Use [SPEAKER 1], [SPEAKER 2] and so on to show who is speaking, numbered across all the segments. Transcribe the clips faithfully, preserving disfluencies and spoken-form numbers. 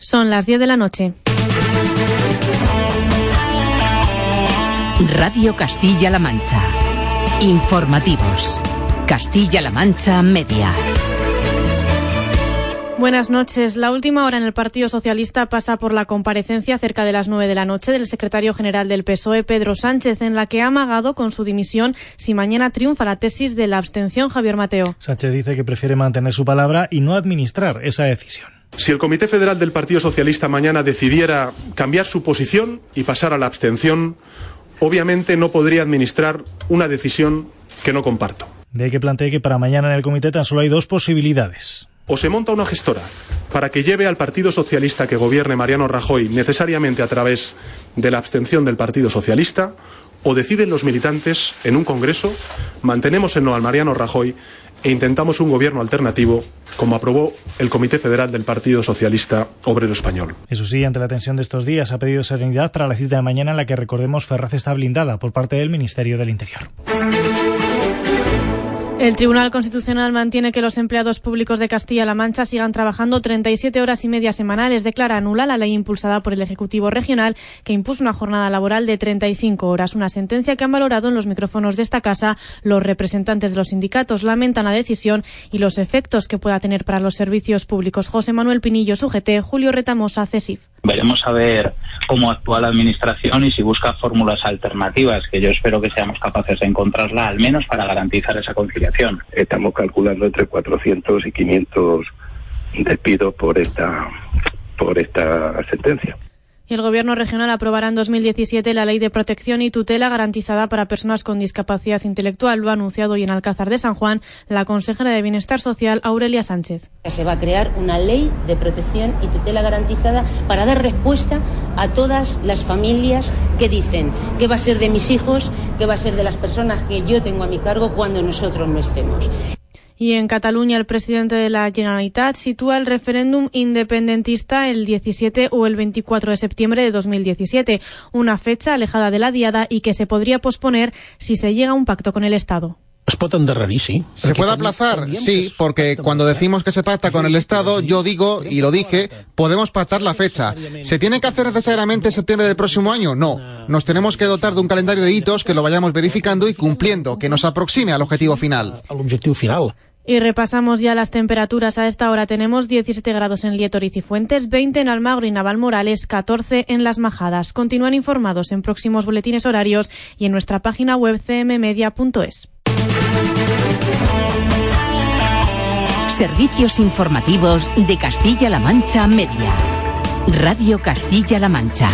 [SPEAKER 1] Son las diez de la noche.
[SPEAKER 2] Radio Castilla-La Mancha. Informativos. Castilla-La Mancha Media.
[SPEAKER 1] Buenas noches. La última hora en el Partido Socialista pasa por la comparecencia cerca de las nueve de la noche del secretario general del P S O E, Pedro Sánchez, en la que ha amagado con su dimisión si mañana triunfa la tesis de la abstención. Javier Mateo.
[SPEAKER 3] Sánchez dice que prefiere mantener su palabra y no administrar esa decisión.
[SPEAKER 4] Si el Comité Federal del Partido Socialista mañana decidiera cambiar su posición y pasar a la abstención, obviamente no podría administrar una decisión que no comparto.
[SPEAKER 3] De ahí que plantee que para mañana en el comité tan solo hay dos posibilidades.
[SPEAKER 4] O se monta una gestora para que lleve al Partido Socialista que gobierne Mariano Rajoy necesariamente a través de la abstención del Partido Socialista, o deciden los militantes en un congreso, mantenemos el no al Mariano Rajoy e intentamos un gobierno alternativo, como aprobó el Comité Federal del Partido Socialista Obrero Español.
[SPEAKER 3] Eso sí, ante la tensión de estos días, ha pedido serenidad para la cita de mañana en la que, recordemos, Ferraz está blindada por parte del Ministerio del Interior.
[SPEAKER 1] El Tribunal Constitucional mantiene que los empleados públicos de Castilla-La Mancha sigan trabajando treinta y siete horas y media semanales. Declara nula la ley impulsada por el Ejecutivo Regional que impuso una jornada laboral de treinta y cinco horas. Una sentencia que han valorado en los micrófonos de esta casa los representantes de los sindicatos. Lamentan la decisión y los efectos que pueda tener para los servicios públicos. José Manuel Pinillo, U G T, Julio Retamosa, CESIF.
[SPEAKER 5] Veremos a ver cómo actúa la Administración y si busca fórmulas alternativas, que yo espero que seamos capaces de encontrarla, al menos para garantizar esa conciliación.
[SPEAKER 6] Estamos calculando entre cuatrocientos y quinientos despidos por esta, por esta sentencia.
[SPEAKER 1] Y el Gobierno regional aprobará en dos mil diecisiete la Ley de Protección y Tutela garantizada para personas con discapacidad intelectual. Lo ha anunciado hoy en Alcázar de San Juan la consejera de Bienestar Social, Aurelia Sánchez.
[SPEAKER 7] Se va a crear una ley de protección y tutela garantizada para dar respuesta a todas las familias que dicen qué va a ser de mis hijos, qué va a ser de las personas que yo tengo a mi cargo cuando nosotros no estemos.
[SPEAKER 1] Y en Cataluña, el presidente de la Generalitat sitúa el referéndum independentista el diecisiete o el veinticuatro de septiembre de dos mil diecisiete, una fecha alejada de la diada y que se podría posponer si se llega a un pacto con el Estado.
[SPEAKER 8] Es pot endarrerir, sí.
[SPEAKER 9] ¿Se puede aplazar? Sí, porque cuando decimos que se pacta con el Estado, yo digo, y lo dije, podemos pactar la fecha. ¿Se tiene que hacer necesariamente en septiembre del próximo año? No. Nos tenemos que dotar de un calendario de hitos que lo vayamos verificando y cumpliendo, que nos aproxime al objetivo final.
[SPEAKER 8] Al objetivo final.
[SPEAKER 1] Y repasamos ya las temperaturas. A esta hora tenemos diecisiete grados en Lietor y Cifuentes, veinte en Almagro y Navalmorales, catorce en Las Majadas. Continúan informados en próximos boletines horarios y en nuestra página web c m media punto es.
[SPEAKER 2] Servicios informativos de Castilla-La Mancha Media. Radio Castilla-La Mancha.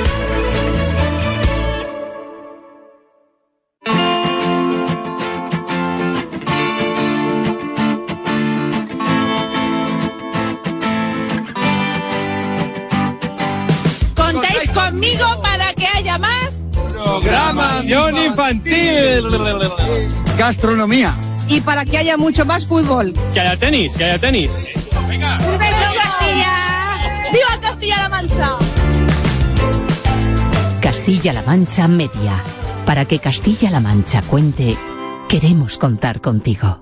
[SPEAKER 10] ¿Contáis conmigo para que haya más?
[SPEAKER 11] Programación infantil. Gastronomía.
[SPEAKER 10] Y para que haya mucho más fútbol.
[SPEAKER 11] Que haya tenis, que haya tenis.
[SPEAKER 10] Venga. ¡Un beso, Castilla! ¡Viva Castilla-La Mancha!
[SPEAKER 2] Castilla-La Mancha Media. Para que Castilla-La Mancha cuente, queremos contar contigo.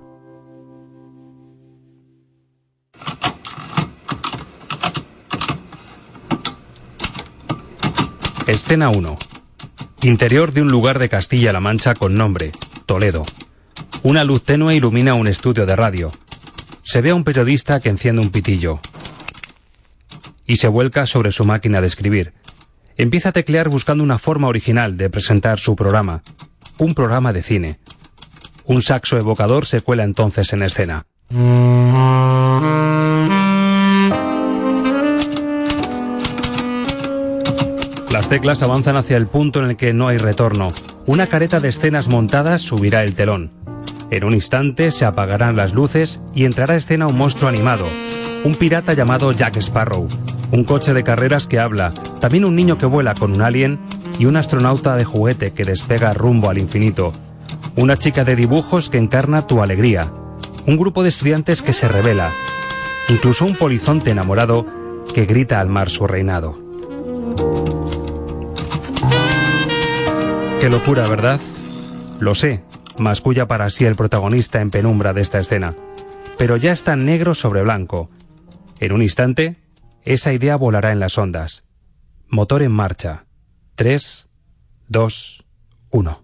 [SPEAKER 12] Escena uno. Interior de un lugar de Castilla-La Mancha con nombre, Toledo. Una luz tenue ilumina un estudio de radio. Se ve a un periodista que enciende un pitillo y se vuelca sobre su máquina de escribir. Empieza a teclear buscando una forma original de presentar su programa, un programa de cine. Un saxo evocador se cuela entonces en escena. Las teclas avanzan hacia el punto en el que no hay retorno. Una careta de escenas montadas subirá el telón. En un instante se apagarán las luces y entrará a escena un monstruo animado, un pirata llamado Jack Sparrow, un coche de carreras que habla, también un niño que vuela con un alien y un astronauta de juguete que despega rumbo al infinito, una chica de dibujos que encarna tu alegría, un grupo de estudiantes que se revela, incluso un polizonte enamorado que grita al mar su reinado. Qué locura, ¿verdad? Lo sé. Masculla para sí el protagonista en penumbra de esta escena. Pero ya está negro sobre blanco. En un instante, esa idea volará en las ondas. Motor en marcha. tres, dos, uno.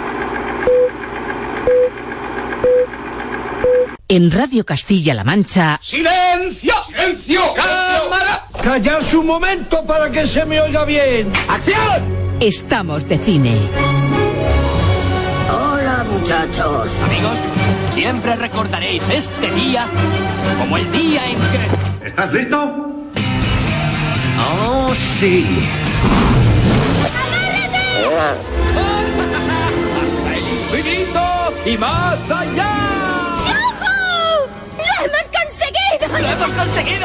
[SPEAKER 2] En Radio Castilla-La Mancha...
[SPEAKER 11] ¡Silencio! ¡Silencio! ¡Cámara!
[SPEAKER 13] ¡Callarse un momento para que se me oiga bien!
[SPEAKER 11] ¡Acción!
[SPEAKER 2] Estamos de cine.
[SPEAKER 14] Hola, muchachos.
[SPEAKER 15] Amigos, siempre recordaréis este día como el día en que...
[SPEAKER 11] ¿Estás listo?
[SPEAKER 15] ¡Oh, sí!
[SPEAKER 14] ¡Agárrate!
[SPEAKER 15] ¡Hasta el infinito y más allá!
[SPEAKER 10] ¡Lo hemos conseguido!
[SPEAKER 15] ¡Lo hemos conseguido!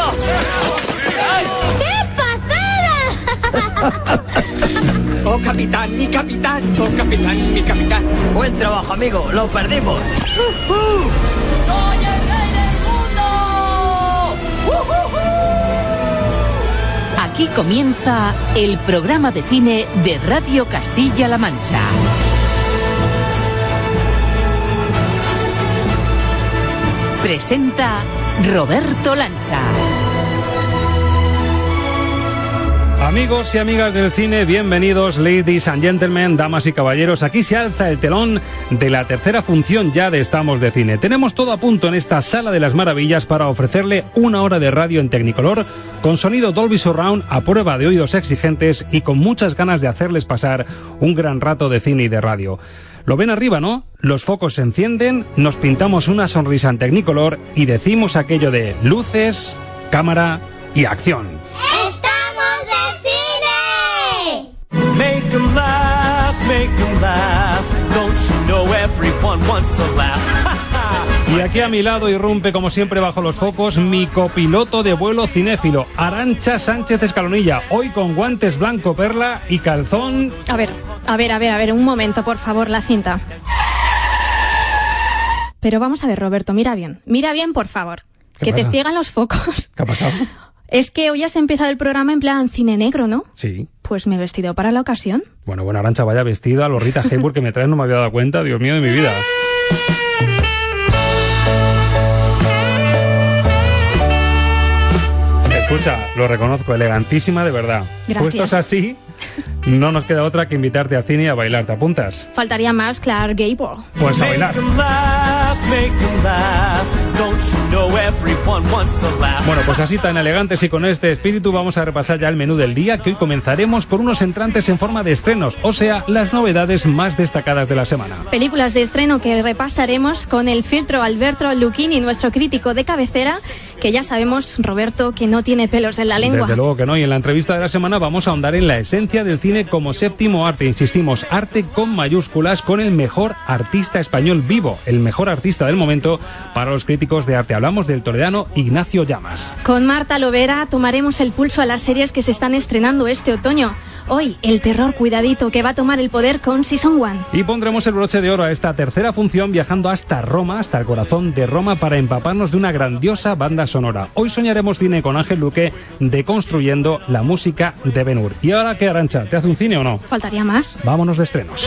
[SPEAKER 10] ¡Qué pasada!
[SPEAKER 15] ¡Oh, capitán, mi capitán! ¡Oh, capitán, mi capitán!
[SPEAKER 14] Buen trabajo, amigo. Lo perdimos.
[SPEAKER 15] Uh, uh. ¡Soy el rey del mundo! ¡Uh, uh, uh!
[SPEAKER 2] Aquí comienza el programa de cine de Radio Castilla-La Mancha. Presenta Roberto Lancha.
[SPEAKER 12] Amigos y amigas del cine, bienvenidos, ladies and gentlemen, damas y caballeros. Aquí se alza el telón de la tercera función ya de Estamos de Cine. Tenemos todo a punto en esta Sala de las Maravillas para ofrecerle una hora de radio en Technicolor, con sonido Dolby Surround, a prueba de oídos exigentes y con muchas ganas de hacerles pasar un gran rato de cine y de radio. Lo ven arriba, ¿no? Los focos se encienden, nos pintamos una sonrisa en Technicolor y decimos aquello de luces, cámara y acción.
[SPEAKER 10] ¡Estamos de cine!
[SPEAKER 16] Make 'em laugh, make 'em laugh. Don't you know everyone wants to laugh?
[SPEAKER 12] Y aquí a mi lado irrumpe, como siempre, bajo los focos, mi copiloto de vuelo cinéfilo, Arantxa Sánchez Escalonilla, hoy con guantes blanco perla y calzón...
[SPEAKER 17] A ver, a ver, a ver, a ver, un momento, por favor, la cinta. Pero vamos a ver, Roberto, mira bien, mira bien, por favor. Que
[SPEAKER 12] pasa?
[SPEAKER 17] Te ciegan los focos.
[SPEAKER 12] ¿Qué ha pasado?
[SPEAKER 17] Es que hoy has empezado el programa en plan cine negro, ¿no?
[SPEAKER 12] Sí.
[SPEAKER 17] Pues me he vestido para la ocasión.
[SPEAKER 12] Bueno, bueno, Arantxa, vaya vestida, a los Rita Hayworth que me traes, no me había dado cuenta, Dios mío de mi vida. Escucha, lo reconozco, elegantísima de verdad.
[SPEAKER 17] Gracias.
[SPEAKER 12] Puestos así, no nos queda otra que invitarte al cine y a bailar. ¿Te apuntas?
[SPEAKER 17] Faltaría más Clark Gable.
[SPEAKER 12] Pues a bailar. Bueno, pues así tan elegantes y con este espíritu vamos a repasar ya el menú del día, que hoy comenzaremos con unos entrantes en forma de estrenos, o sea, las novedades más destacadas de la semana.
[SPEAKER 17] Películas de estreno que repasaremos con el filtro Alberto Lucchini, nuestro crítico de cabecera, que ya sabemos, Roberto, que no tiene pelos en la lengua.
[SPEAKER 12] Desde luego que no, y en la entrevista de la semana vamos a ahondar en la esencia del cine como séptimo arte, insistimos, arte con mayúsculas, con el mejor artista español vivo, el mejor artista del momento para los críticos de arte. Hablamos del toledano Ignacio Llamas.
[SPEAKER 17] Con Marta Lovera tomaremos el pulso a las series que se están estrenando este otoño. Hoy, el terror cuidadito que va a tomar el poder con Season One.
[SPEAKER 12] Y pondremos el broche de oro a esta tercera función viajando hasta Roma, hasta el corazón de Roma, para empaparnos de una grandiosa banda sonora. Hoy soñaremos cine con Ángel Luque, deconstruyendo la música de Ben-Hur. ¿Y ahora qué, Arantxa? ¿Te hace un cine o no?
[SPEAKER 17] Faltaría más.
[SPEAKER 12] Vámonos de estrenos.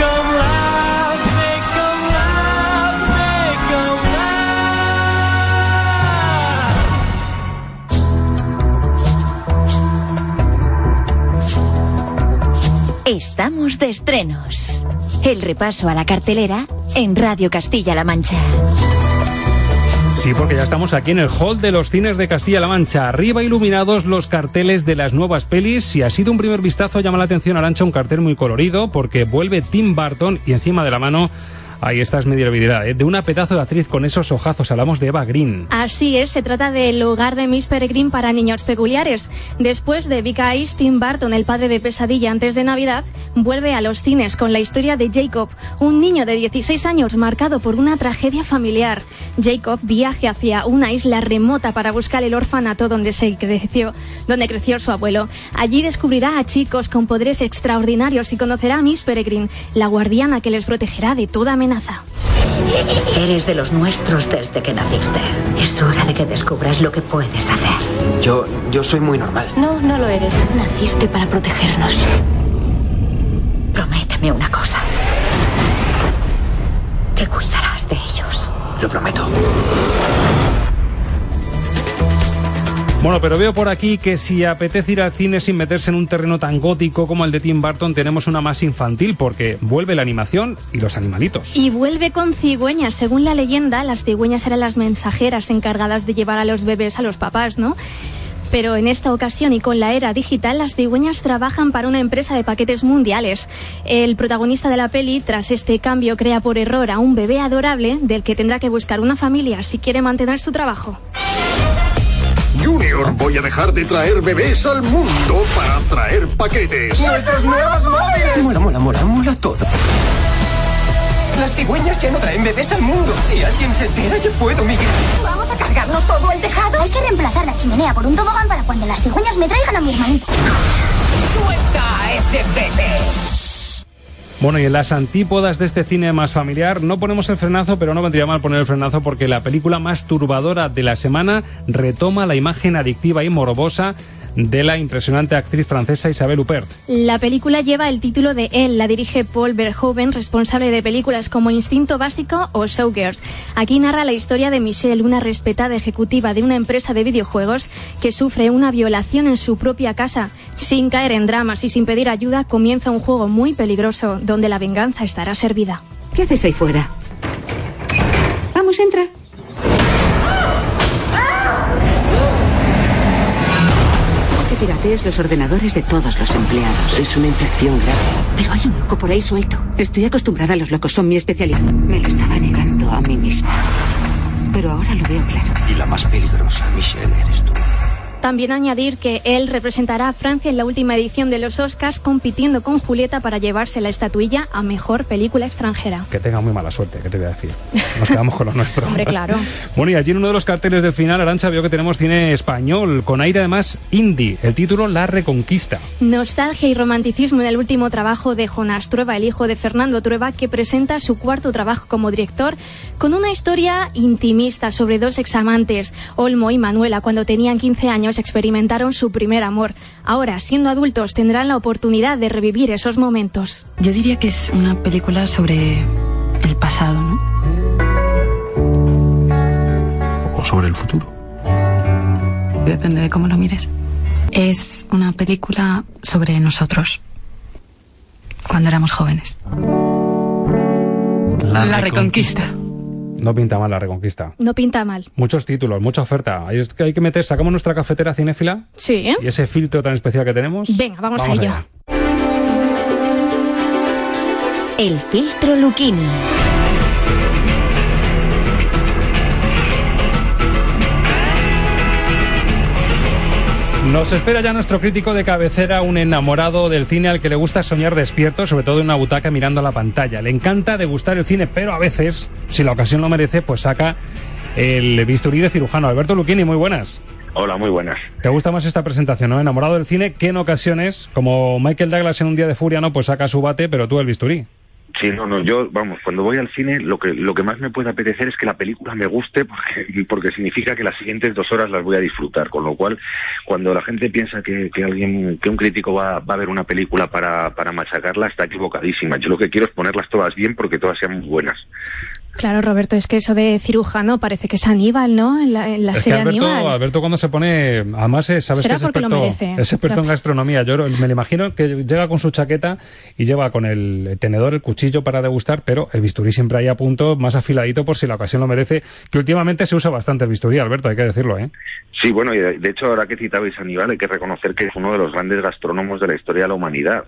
[SPEAKER 18] Estamos de estrenos. El repaso a la cartelera en Radio Castilla-La Mancha.
[SPEAKER 12] Sí, porque ya estamos aquí en el hall de los cines de Castilla-La Mancha. Arriba iluminados los carteles de las nuevas pelis. Si ha sido un primer vistazo, llama la atención, Arantxa, un cartel muy colorido, porque vuelve Tim Burton y encima de la mano... Ahí está, es mediabilidad, ¿eh? De una pedazo de actriz con esos ojazos. Hablamos de Eva Green.
[SPEAKER 17] Así es, se trata del hogar de Miss Peregrine para niños peculiares. Después de Big Eyes, Tim Burton, el padre de Pesadilla antes de Navidad, vuelve a los cines con la historia de Jacob, un niño de dieciséis años marcado por una tragedia familiar. Jacob viaja hacia una isla remota para buscar el orfanato donde se creció, donde creció su abuelo. Allí descubrirá a chicos con poderes extraordinarios y conocerá a Miss Peregrine, la guardiana que les protegerá de toda amenaza.
[SPEAKER 18] Eres de los nuestros desde que naciste. Es hora de que descubras lo que puedes hacer.
[SPEAKER 19] Yo, yo soy muy normal.
[SPEAKER 18] No, no lo eres. Naciste para protegernos. Prométeme una cosa. Que cuidarás de ellos.
[SPEAKER 19] Lo prometo.
[SPEAKER 12] Bueno, pero veo por aquí que si apetece ir al cine sin meterse en un terreno tan gótico como el de Tim Burton, tenemos una más infantil, porque vuelve la animación y los animalitos.
[SPEAKER 17] Y vuelve con cigüeñas. Según la leyenda, las cigüeñas eran las mensajeras encargadas de llevar a los bebés a los papás, ¿no? Pero en esta ocasión y con la era digital, las cigüeñas trabajan para una empresa de paquetes mundiales. El protagonista de la peli, tras este cambio, crea por error a un bebé adorable del que tendrá que buscar una familia si quiere mantener su trabajo.
[SPEAKER 19] Junior, voy a dejar de traer bebés al mundo para traer paquetes.
[SPEAKER 11] ¡Nuestros nuevos móviles!
[SPEAKER 14] Mola, mola, mola, mola todo.
[SPEAKER 11] Las cigüeñas ya no traen bebés al mundo. Si alguien se entera, yo puedo migrar.
[SPEAKER 10] ¿Vamos a cargarnos todo el tejado? Hay que reemplazar la chimenea por un tobogán para cuando las cigüeñas me traigan a mi hermanito.
[SPEAKER 11] ¡Suelta a ese bebé!
[SPEAKER 12] Bueno, y en las antípodas de este cine más familiar no ponemos el frenazo, pero no vendría mal poner el frenazo porque la película más turbadora de la semana retoma la imagen adictiva y morbosa de la impresionante actriz francesa Isabelle Huppert.
[SPEAKER 17] La película lleva el título de Elle, la dirige Paul Verhoeven, responsable de películas como Instinto Básico o Showgirls. Aquí narra la historia de Michelle, una respetada ejecutiva de una empresa de videojuegos que sufre una violación en su propia casa. Sin caer en dramas y sin pedir ayuda, comienza un juego muy peligroso donde la venganza estará servida.
[SPEAKER 20] ¿Qué haces ahí fuera? Vamos, entra. Piratees los ordenadores de todos los empleados.
[SPEAKER 14] Es una infección grave.
[SPEAKER 20] Pero hay un loco por ahí suelto. Estoy acostumbrada a los locos, son mi especialidad. Me lo estaba negando a mí misma. Pero ahora lo veo claro.
[SPEAKER 14] Y la más peligrosa, Michelle, eres tú.
[SPEAKER 17] También añadir que él representará a Francia en la última edición de los Oscars, compitiendo con Julieta para llevarse la estatuilla a Mejor Película Extranjera.
[SPEAKER 12] Que tenga muy mala suerte, ¿qué te voy a decir? Nos quedamos con lo nuestro.
[SPEAKER 17] Hombre, claro.
[SPEAKER 12] Bueno, y allí en uno de los carteles del final, Arantxa, veo que tenemos cine español, con aire además indie. El título, La Reconquista.
[SPEAKER 17] Nostalgia y romanticismo en el último trabajo de Jonás Trueba, el hijo de Fernando Trueba, que presenta su cuarto trabajo como director, con una historia intimista sobre dos examantes. Olmo y Manuela, cuando tenían quince años, experimentaron su primer amor. Ahora, siendo adultos, tendrán la oportunidad de revivir esos momentos.
[SPEAKER 21] Yo diría que es una película sobre el pasado, ¿no?
[SPEAKER 19] O sobre el futuro.
[SPEAKER 21] Depende de cómo lo mires. Es una película sobre nosotros, cuando éramos jóvenes.
[SPEAKER 12] La,
[SPEAKER 21] La Reconquista.
[SPEAKER 12] No pinta mal La Reconquista.
[SPEAKER 17] No pinta mal.
[SPEAKER 12] Muchos títulos, mucha oferta. Hay que, hay que meter, sacamos nuestra cafetera cinéfila.
[SPEAKER 17] Sí, ¿eh?
[SPEAKER 12] Y ese filtro tan especial que tenemos.
[SPEAKER 17] Venga, vamos, vamos a ello. Allá.
[SPEAKER 2] El filtro Lucchini.
[SPEAKER 12] Nos espera ya nuestro crítico de cabecera, un enamorado del cine al que le gusta soñar despierto, sobre todo en una butaca mirando a la pantalla. Le encanta degustar el cine, pero a veces, si la ocasión lo merece, pues saca el bisturí de cirujano. Alberto Lucchini, muy buenas.
[SPEAKER 22] Hola, muy buenas.
[SPEAKER 12] ¿Te gusta más esta presentación, no? Enamorado del cine, que en ocasiones, como Michael Douglas en Un día de furia, ¿no? Pues saca su bate, pero tú el bisturí.
[SPEAKER 22] Sí, no, no, yo, vamos, cuando voy al cine lo que lo que más me puede apetecer es que la película me guste porque porque significa que las siguientes dos horas las voy a disfrutar, con lo cual, cuando la gente piensa que, que alguien, que un crítico va, va a ver una película para, para machacarla, está equivocadísima. Yo lo que quiero es ponerlas todas bien porque todas sean muy buenas.
[SPEAKER 17] Claro, Roberto, es que eso de cirujano parece que es Aníbal, ¿no? En la, en la
[SPEAKER 12] es
[SPEAKER 17] serie
[SPEAKER 12] que Alberto,
[SPEAKER 17] Aníbal.
[SPEAKER 12] Alberto cuando se pone, además es, sabes que es experto, es experto claro. en gastronomía. Yo me lo imagino que llega con su chaqueta y lleva con el tenedor, el cuchillo para degustar, pero el bisturí siempre ahí a punto, más afiladito por si la ocasión lo merece, que últimamente se usa bastante el bisturí, Alberto, hay que decirlo, ¿eh?
[SPEAKER 22] Sí, bueno, y de, de hecho, ahora que citabais a Aníbal, hay que reconocer que es uno de los grandes gastrónomos de la historia de la humanidad.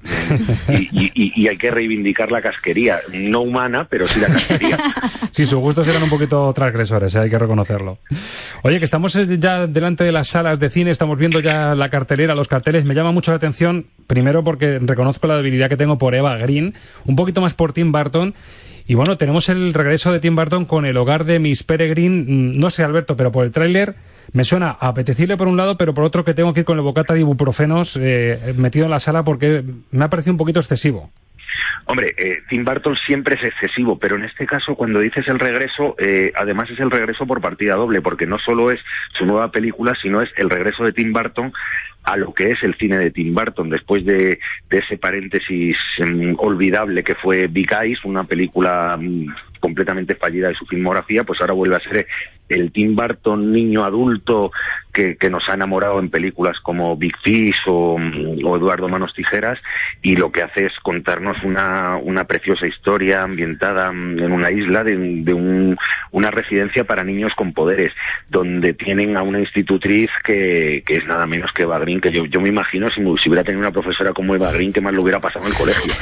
[SPEAKER 22] y, y, y hay que reivindicar la casquería, no humana, pero sí la casquería.
[SPEAKER 12] Sí, sus gustos eran un poquito transgresores, ¿eh? Hay que reconocerlo. Oye, que estamos ya delante de las salas de cine, estamos viendo ya la cartelera, los carteles. Me llama mucho la atención, primero porque reconozco la debilidad que tengo por Eva Green, un poquito más por Tim Burton. Y bueno, tenemos el regreso de Tim Burton con El hogar de Miss Peregrine. No sé, Alberto, pero por el tráiler me suena apetecible por un lado, pero por otro que tengo que ir con el bocata de ibuprofenos eh, metido en la sala porque me ha parecido un poquito excesivo.
[SPEAKER 22] Hombre, eh, Tim Burton siempre es excesivo, pero en este caso, cuando dices el regreso, eh, además es el regreso por partida doble, porque no solo es su nueva película, sino es el regreso de Tim Burton a lo que es el cine de Tim Burton, después de, de ese paréntesis um, olvidable que fue Big Eyes, una película um, completamente fallida de su filmografía, pues ahora vuelve a ser el Tim Burton niño adulto que, que nos ha enamorado en películas como Big Fish o, o Eduardo Manos Tijeras, y lo que hace es contarnos una, una preciosa historia ambientada en una isla de, de un, una residencia para niños con poderes, donde tienen a una institutriz que, que es nada menos que Eva Green, que yo, yo me imagino si, si hubiera tenido una profesora como Eva Green, que más lo hubiera pasado en el colegio.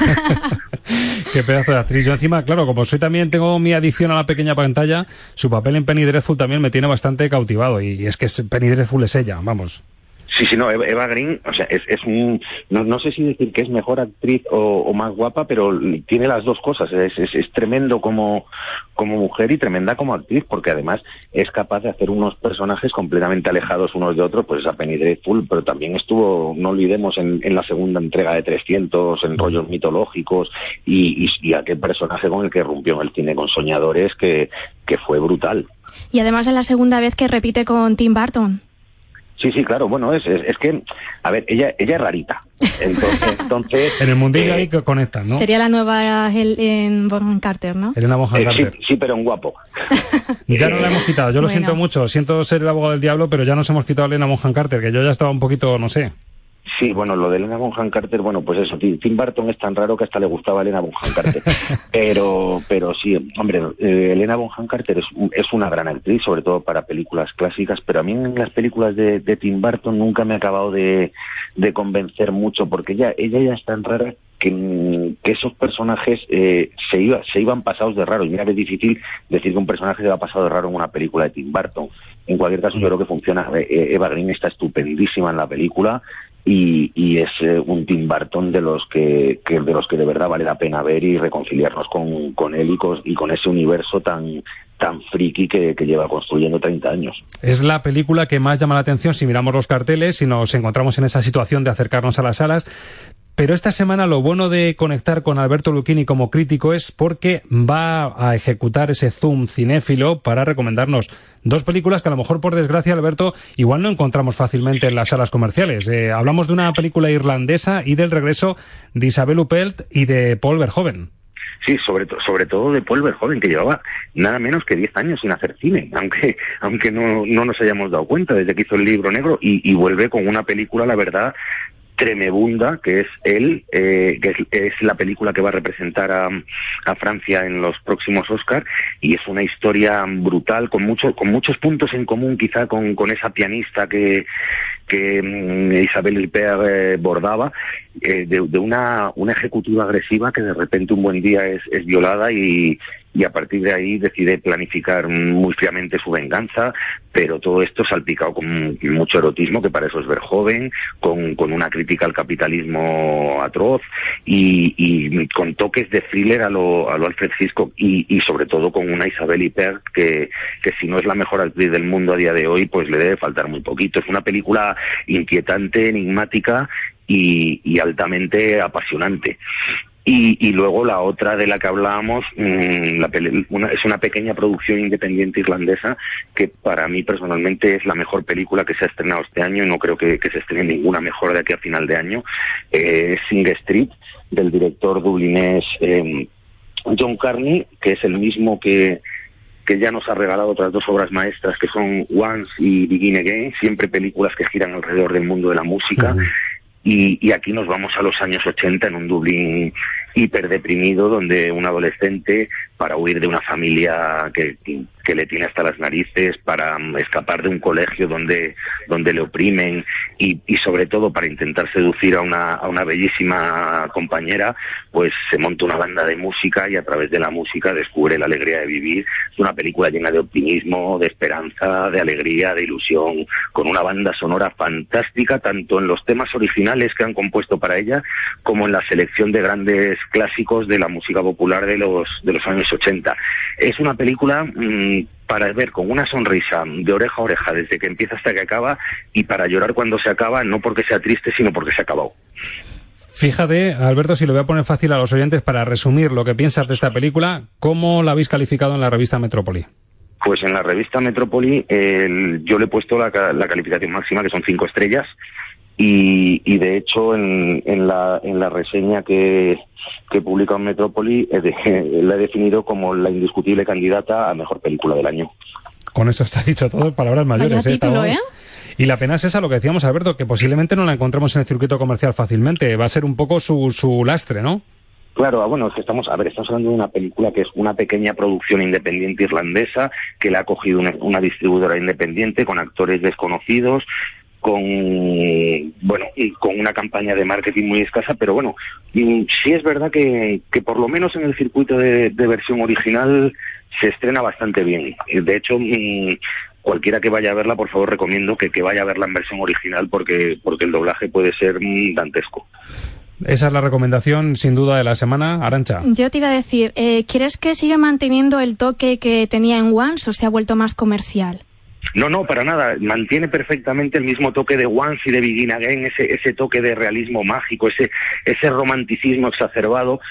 [SPEAKER 12] Qué pedazo de actriz. Yo encima, claro, como soy también, tengo mi adicción a la pequeña pantalla, su papel en Penny Dreadful también me tiene bastante cautivado, y, y es que es, Penny Dreadful es ella, vamos.
[SPEAKER 22] Sí, sí, no, Eva Green, o sea, es, es un, no, no sé si decir que es mejor actriz o, o más guapa, pero tiene las dos cosas, es, es, es tremendo como, como mujer y tremenda como actriz, porque además es capaz de hacer unos personajes completamente alejados unos de otros, pues esa Penny Dreadful, pero también estuvo, no olvidemos, en, en la segunda entrega de trescientos, en rollos mitológicos, y, y, y aquel personaje con el que rompió en el cine con Soñadores, que, que fue brutal.
[SPEAKER 17] Y además es la segunda vez que repite con Tim Burton.
[SPEAKER 22] Sí, sí, claro, bueno, es, es, es que, a ver, ella ella es rarita, entonces... entonces
[SPEAKER 12] en el mundillo
[SPEAKER 22] eh,
[SPEAKER 12] ahí que conectan, ¿no?
[SPEAKER 17] Sería la nueva Helen Bonham Carter, ¿no?
[SPEAKER 12] Helena Bonham
[SPEAKER 22] eh,
[SPEAKER 12] Carter.
[SPEAKER 22] Sí, sí, pero en guapo.
[SPEAKER 12] Ya no la hemos quitado, yo lo
[SPEAKER 17] Bueno.
[SPEAKER 12] siento mucho, siento ser el abogado del diablo, pero ya nos hemos quitado a Helena Bonham Carter, que yo ya estaba un poquito, no sé...
[SPEAKER 22] Sí, bueno, lo de Helena Bonham Carter, bueno, pues eso, Tim Burton es tan raro que hasta le gustaba a Helena Bonham Carter. pero pero sí, hombre, eh, Helena Bonham Carter es, es una gran actriz, sobre todo para películas clásicas, pero a mí en las películas de, de Tim Burton nunca me ha acabado de, de convencer mucho, porque ella, ella ya es tan rara que, que esos personajes eh, se, iba, se iban pasados de raro. Y mira que es difícil decir que un personaje se va pasado de raro en una película de Tim Burton. En cualquier caso, yo creo que funciona. Eh, Eva Green está estupendísima en la película. Y, y es eh, un Tim Burton de los que, que de los que de verdad vale la pena ver y reconciliarnos con, con él y con, y con ese universo tan tan friki que, que lleva construyendo treinta años.
[SPEAKER 12] Es la película que más llama la atención si miramos los carteles y nos encontramos en esa situación de acercarnos a las salas. Pero esta semana lo bueno de conectar con Alberto Lucchini como crítico es porque va a ejecutar ese zoom cinéfilo para recomendarnos dos películas que a lo mejor, por desgracia, Alberto, igual no encontramos fácilmente en las salas comerciales. Eh, hablamos de una película irlandesa y del regreso de Isabel Huppert y de Paul Verhoeven.
[SPEAKER 22] Sí, sobre, to sobre todo de Paul Verhoeven, que llevaba nada menos que diez años sin hacer cine, aunque aunque no, no nos hayamos dado cuenta desde que hizo El Libro Negro, y, y vuelve con una película, la verdad, tremebunda, que es él, eh, que es, es la película que va a representar a, a Francia en los próximos Oscar, y es una historia brutal, con mucho, con muchos puntos en común quizá con, con esa pianista que, que um, Isabel Huppert eh, bordaba, eh, de, de una, una ejecutiva agresiva que de repente un buen día es, es violada y, y a partir de ahí decide planificar muy fríamente su venganza, pero todo esto salpicado con mucho erotismo, que para eso es Verhoeven, con, con una crítica al capitalismo atroz y, y con toques de thriller a lo, a lo Alfred Hitchcock, y, y sobre todo con una Isabel Huppert que, que si no es la mejor actriz del mundo a día de hoy, pues le debe faltar muy poquito. Es una película inquietante, enigmática y, y altamente apasionante. Y, y luego la otra de la que hablábamos, mmm, la una, es una pequeña producción independiente irlandesa que para mí personalmente es la mejor película que se ha estrenado este año, y no creo que, que se estrene ninguna mejor de aquí a final de año. Eh, Sing Street, del director dublinés eh, John Carney, que es el mismo que que ya nos ha regalado otras dos obras maestras, que son Once y Begin Again, siempre películas que giran alrededor del mundo de la música. Uh-huh. Y, y aquí nos vamos a los años ochenta, en un Dublín hiperdeprimido, donde un adolescente, para huir de una familia que, que le tiene hasta las narices, para escapar de un colegio donde, donde le oprimen y, y sobre todo para intentar seducir a una, a una bellísima compañera, pues se monta una banda de música y a través de la música descubre la alegría de vivir. Es una película llena de optimismo, de esperanza, de alegría, de ilusión, con una banda sonora fantástica, tanto en los temas originales que han compuesto para ella, como en la selección de grandes clásicos de la música popular de los, de los años ochenta. Es una película mmm, para ver con una sonrisa de oreja a oreja desde que empieza hasta que acaba, y para llorar cuando se acaba, no porque sea triste, sino porque se ha acabado.
[SPEAKER 12] Fíjate, Alberto, si lo voy a poner fácil a los oyentes para resumir lo que piensas de esta película, ¿cómo la habéis calificado en la revista Metrópoli?
[SPEAKER 22] Pues en la revista Metrópoli eh, yo le he puesto la, la calificación máxima, que son cinco estrellas, y, y de hecho en, en, la, en la reseña que, que publica en Metrópoli eh, de, la he definido como la indiscutible candidata a mejor película del año.
[SPEAKER 12] Con eso está dicho todo, palabras mayores.
[SPEAKER 17] Vaya
[SPEAKER 12] ¿eh?
[SPEAKER 17] título,
[SPEAKER 12] Estamos... ¿eh? Y la pena es esa, lo que decíamos, Alberto, que posiblemente no la encontremos en el circuito comercial fácilmente. Va a ser un poco su, su lastre, ¿no?
[SPEAKER 22] Claro, bueno, es que estamos, a ver, estamos hablando de una película que es una pequeña producción independiente irlandesa, que la ha cogido una, una distribuidora independiente con actores desconocidos, con, bueno, y con una campaña de marketing muy escasa, pero bueno, sí es verdad que, que por lo menos en el circuito de, de versión original se estrena bastante bien. De hecho, cualquiera que vaya a verla, por favor, recomiendo que, que vaya a verla en versión original porque, porque el doblaje puede ser dantesco.
[SPEAKER 12] Esa es la recomendación, sin duda, de la semana. Arantxa.
[SPEAKER 17] Yo te iba a decir, eh, ¿crees que sigue manteniendo el toque que tenía en Once o se ha vuelto más comercial?
[SPEAKER 22] No, no, para nada. Mantiene perfectamente el mismo toque de Once y de Begin Again, ese, ese toque de realismo mágico, ese, ese romanticismo exacerbado.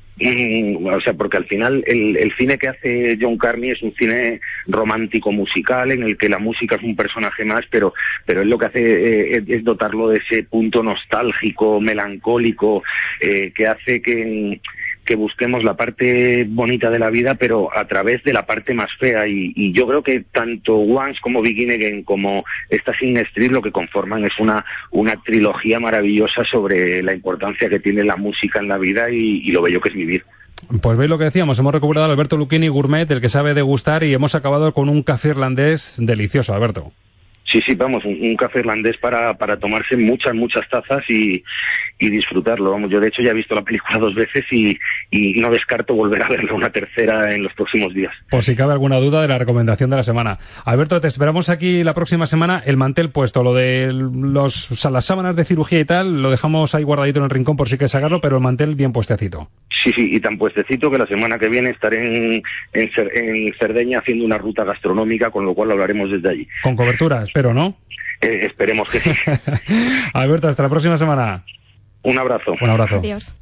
[SPEAKER 22] Mm, o sea, porque al final el, el cine que hace John Carney es un cine romántico musical en el que la música es un personaje más, pero pero él lo que hace eh, es, es dotarlo de ese punto nostálgico, melancólico, eh, que hace que, que busquemos la parte bonita de la vida, pero a través de la parte más fea. Y, y yo creo que tanto Once como Begin Again como esta Sin Street lo que conforman es una una trilogía maravillosa sobre la importancia que tiene la música en la vida y, y lo bello que es vivir.
[SPEAKER 12] Pues veis lo que decíamos, hemos recuperado a Alberto Lucchini, gourmet, el que sabe degustar, y hemos acabado con un café irlandés delicioso, Alberto.
[SPEAKER 22] Sí, sí, vamos, un, un café irlandés para, para tomarse muchas, muchas tazas y, y disfrutarlo. Vamos, yo de hecho ya he visto la película dos veces y, y no descarto volver a verla una tercera en los próximos días.
[SPEAKER 12] Por si cabe alguna duda de la recomendación de la semana. Alberto, te esperamos aquí la próxima semana. El mantel puesto, lo de los, o sea, las sábanas de cirugía y tal, lo dejamos ahí guardadito en el rincón por si quieres sacarlo, pero el mantel bien puestecito.
[SPEAKER 22] Sí, sí, y tan puestecito que la semana que viene estaré en, en, en Cerdeña haciendo una ruta gastronómica, con lo cual hablaremos desde allí.
[SPEAKER 12] Con cobertura, espero, ¿no?
[SPEAKER 22] Eh, esperemos que sí.
[SPEAKER 12] Alberto, hasta la próxima semana.
[SPEAKER 22] Un abrazo.
[SPEAKER 12] Un abrazo.
[SPEAKER 17] Adiós.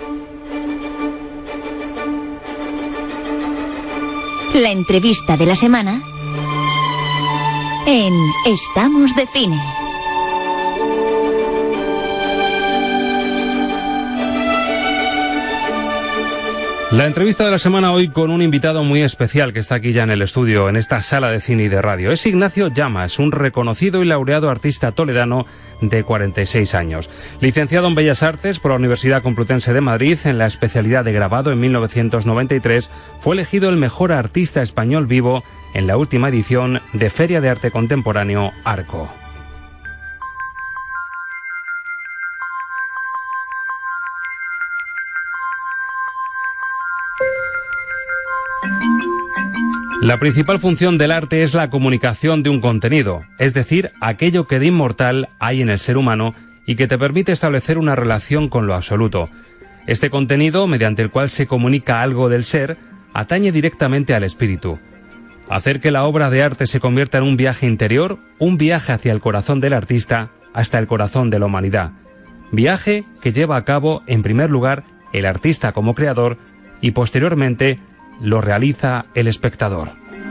[SPEAKER 3] La entrevista de la semana en Estamos de Cine.
[SPEAKER 12] La entrevista de la semana hoy con un invitado muy especial que está aquí ya en el estudio, en esta sala de cine y de radio. Es Ignacio Llamas, un reconocido y laureado artista toledano de cuarenta y seis años. Licenciado en Bellas Artes por la Universidad Complutense de Madrid en la especialidad de grabado en mil novecientos noventa y tres, fue elegido el mejor artista español vivo en la última edición de Feria de Arte Contemporáneo Arco. La principal función del arte es la comunicación de un contenido, es decir, aquello que de inmortal hay en el ser humano y que te permite establecer una relación con lo absoluto. Este contenido, mediante el cual se comunica algo del ser, atañe directamente al espíritu. Hacer que la obra de arte se convierta en un viaje interior, un viaje hacia el corazón del artista, hasta el corazón de la humanidad. Viaje que lleva a cabo, en primer lugar, el artista como creador y, posteriormente, lo realiza el espectador.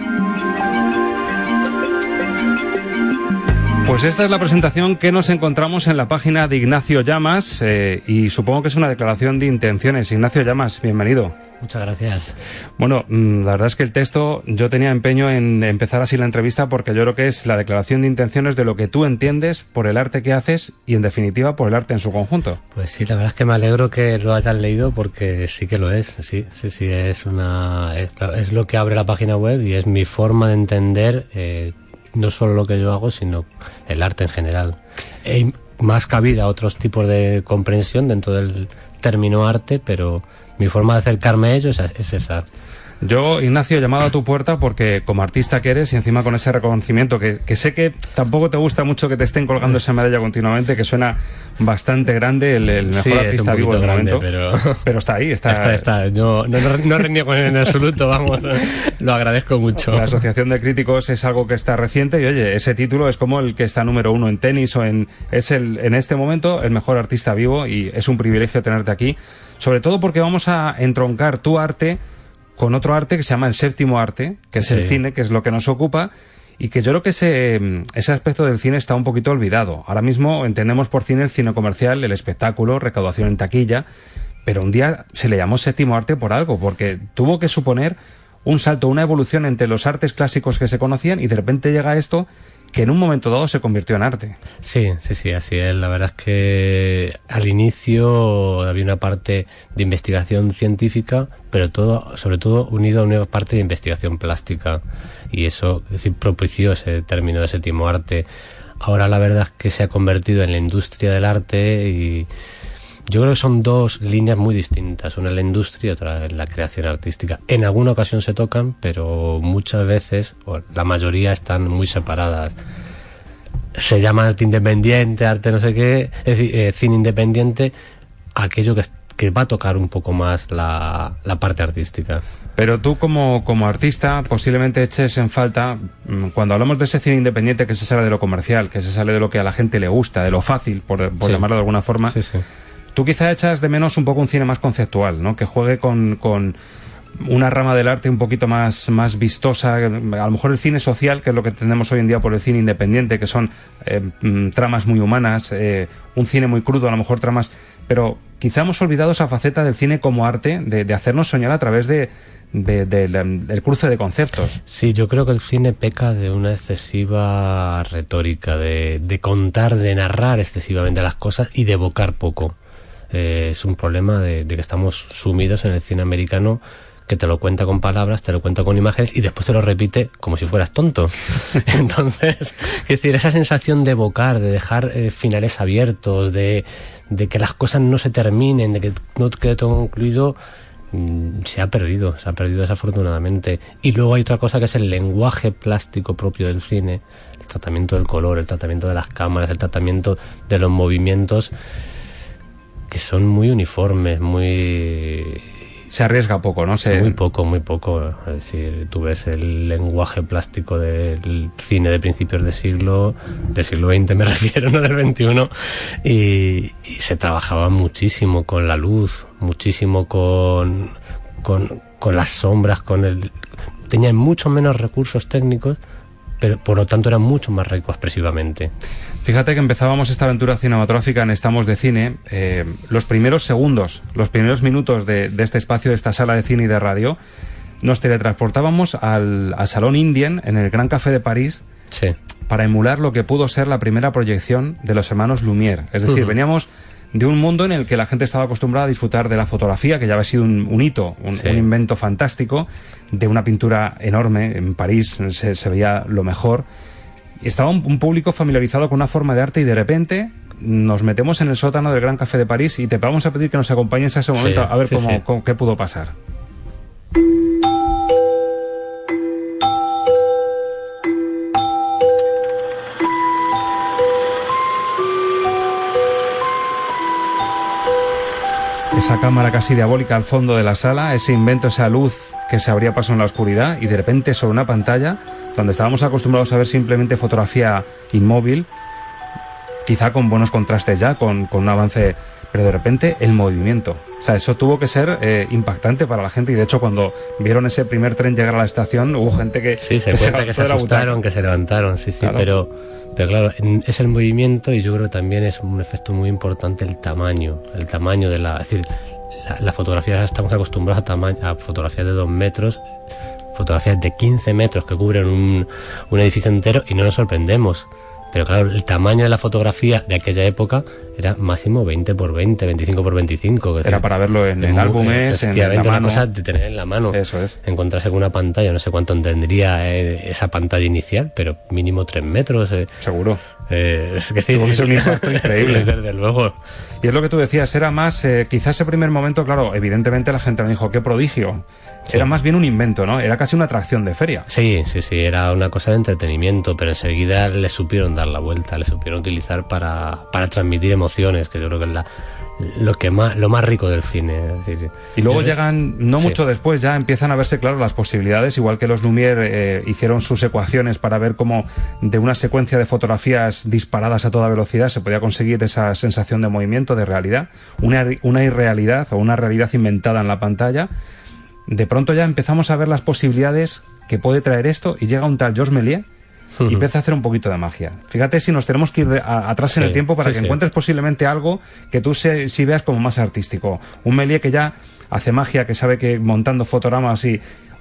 [SPEAKER 12] Pues esta es la presentación que nos encontramos en la página de Ignacio Llamas eh, y supongo que es una declaración de intenciones. Ignacio Llamas, bienvenido.
[SPEAKER 4] Muchas gracias.
[SPEAKER 12] Bueno, la verdad es que el texto, yo tenía empeño en empezar así la entrevista porque yo creo que es la declaración de intenciones de lo que tú entiendes por el arte que haces y, en definitiva, por el arte en su conjunto.
[SPEAKER 4] Pues sí, la verdad es que me alegro que lo hayas leído porque sí que lo es, sí, sí, sí, es una, es, es lo que abre la página web y es mi forma de entender eh, no solo lo que yo hago, sino el arte en general. Hay más cabida a otros tipos de comprensión dentro del término arte, pero mi forma de acercarme a ellos es esa.
[SPEAKER 12] Yo, Ignacio, he llamado a tu puerta porque como artista que eres y encima con ese reconocimiento que, que sé que tampoco te gusta mucho que te estén colgando esa medalla continuamente, que suena bastante grande, el, el mejor
[SPEAKER 4] sí,
[SPEAKER 12] artista vivo del
[SPEAKER 4] grande,
[SPEAKER 12] momento,
[SPEAKER 4] pero...
[SPEAKER 12] pero está ahí, está...
[SPEAKER 4] Está, está. No, no, no, no reniego en absoluto, vamos, lo agradezco mucho.
[SPEAKER 12] La Asociación de Críticos es algo que está reciente y oye, ese título es como el que está número uno en tenis o en... es el en este momento el mejor artista vivo y es un privilegio tenerte aquí, sobre todo porque vamos a entroncar tu arte con otro arte que se llama el séptimo arte, que es sí. el cine, que es lo que nos ocupa, y que yo creo que ese, ese aspecto del cine está un poquito olvidado. Ahora mismo entendemos por cine el cine comercial, el espectáculo, recaudación en taquilla, pero un día se le llamó séptimo arte por algo, porque tuvo que suponer un salto, una evolución entre los artes clásicos que se conocían y de repente llega esto que en un momento dado se convirtió en arte.
[SPEAKER 4] Sí, sí, sí, así es. La verdad es que al inicio había una parte de investigación científica, pero todo, sobre todo unido a una parte de investigación plástica, y eso, es decir, propició ese término de séptimo arte. Ahora la verdad es que se ha convertido en la industria del arte, y yo creo que son dos líneas muy distintas, una es la industria y otra es la creación artística. En alguna ocasión se tocan, pero muchas veces, o la mayoría, están muy separadas. Se llama arte independiente, arte no sé qué, es decir, eh, cine independiente, aquello que, que va a tocar un poco más la, la parte artística.
[SPEAKER 12] Pero tú como, como artista posiblemente eches en falta, cuando hablamos de ese cine independiente que se sale de lo comercial, que se sale de lo que a la gente le gusta, de lo fácil, por, por sí. llamarlo de alguna forma,
[SPEAKER 4] sí, sí.
[SPEAKER 12] Tú quizá echas de menos un poco un cine más conceptual, ¿no? Que juegue con, con una rama del arte un poquito más, más vistosa, a lo mejor el cine social, que es lo que tenemos hoy en día por el cine independiente, que son eh, tramas muy humanas, eh, un cine muy crudo, a lo mejor tramas, pero quizá hemos olvidado esa faceta del cine como arte, de, de hacernos soñar a través de, de, de, de del cruce de conceptos.
[SPEAKER 4] Sí, yo creo que el cine peca de una excesiva retórica, de, de contar, de narrar excesivamente las cosas y de evocar poco. Eh, es un problema de, de que estamos sumidos en el cine americano, que te lo cuenta con palabras, te lo cuenta con imágenes y después te lo repite como si fueras tonto. Entonces, es decir, esa sensación de evocar, de dejar eh, finales abiertos, de, de que las cosas no se terminen, de que no quede todo concluido, mmm, se ha perdido, se ha perdido desafortunadamente. Y luego hay otra cosa que es el lenguaje plástico propio del cine, el tratamiento del color, el tratamiento de las cámaras, el tratamiento de los movimientos, que son muy uniformes, muy...
[SPEAKER 12] Se arriesga poco, ¿no? Se...
[SPEAKER 4] Muy poco, muy poco. Es decir, tú ves el lenguaje plástico del cine de principios de siglo, del siglo veinte me refiero, no del veintiuno, y, y se trabajaba muchísimo con la luz, muchísimo con, con, con las sombras, con el... Tenían mucho menos recursos técnicos, pero por lo tanto era mucho más rico expresivamente.
[SPEAKER 12] Fíjate que empezábamos esta aventura cinematográfica en Estamos de Cine, eh, los primeros segundos, los primeros minutos de, de este espacio, de esta sala de cine y de radio, nos teletransportábamos al, al Salón Indien en el Gran Café de París,
[SPEAKER 4] sí,
[SPEAKER 12] para emular lo que pudo ser la primera proyección de los hermanos Lumière. Es decir, uh-huh. veníamos de un mundo en el que la gente estaba acostumbrada a disfrutar de la fotografía, que ya había sido un, un hito, un, sí. un invento fantástico, de una pintura enorme. En París se, se veía lo mejor. Estaba un, un público familiarizado con una forma de arte y de repente nos metemos en el sótano del Gran Café de París y te vamos a pedir que nos acompañes a ese momento, sí, a ver sí, cómo, sí. cómo qué pudo pasar. Esa cámara casi diabólica al fondo de la sala, ese invento, esa luz que se abría paso en la oscuridad, y de repente sobre una pantalla donde estábamos acostumbrados a ver simplemente fotografía inmóvil, quizá con buenos contrastes ya, con, con un avance, pero de repente el movimiento. O sea, eso tuvo que ser eh, impactante para la gente, y de hecho cuando vieron ese primer tren llegar a la estación hubo gente que...
[SPEAKER 4] Sí, se cuenta que se asustaron, que se levantaron, sí, sí, claro. pero... Pero claro, es el movimiento, y yo creo que también es un efecto muy importante el tamaño, el tamaño de la... Es decir, la, la fotografía, estamos acostumbrados a, tama, a fotografías de dos metros, fotografías de quince metros que cubren un, un edificio entero, y no nos sorprendemos. Pero claro, el tamaño de la fotografía de aquella época era máximo veinte por veinte, veinticinco por veinticinco.
[SPEAKER 12] Era para verlo en, en álbumes, en la mano.
[SPEAKER 4] Una cosa de tener en la mano.
[SPEAKER 12] Eso es.
[SPEAKER 4] Encontrarse con una pantalla, no sé cuánto tendría eh, esa pantalla inicial, pero mínimo tres metros. Eh.
[SPEAKER 12] Seguro.
[SPEAKER 4] Eh, es decir,
[SPEAKER 12] es un impacto increíble.
[SPEAKER 4] Desde luego.
[SPEAKER 12] Y es lo que tú decías, era más, eh, quizás ese primer momento, claro, evidentemente la gente me dijo, qué prodigio. Sí. Era más bien un invento, ¿no? Era casi una atracción de feria.
[SPEAKER 4] Sí, sí, sí, era una cosa de entretenimiento, pero enseguida le supieron dar la vuelta, le supieron utilizar para, para transmitir emociones, que yo creo que es la, lo que más, lo más rico del cine. Es decir,
[SPEAKER 12] y luego
[SPEAKER 4] yo,
[SPEAKER 12] llegan, no sí. mucho después, ya empiezan a verse, claro, las posibilidades, igual que los Lumière eh, hicieron sus ecuaciones para ver cómo de una secuencia de fotografías disparadas a toda velocidad se podía conseguir esa sensación de movimiento, de realidad, una, una irrealidad o una realidad inventada en la pantalla. De pronto ya empezamos a ver las posibilidades que puede traer esto, y llega un tal Georges Méliès uh-huh. y empieza a hacer un poquito de magia. Fíjate si nos tenemos que ir de, a, atrás sí, en el tiempo para sí, que sí. encuentres posiblemente algo que tú se, si veas como más artístico. Un Méliès que ya hace magia, que sabe que montando fotogramas y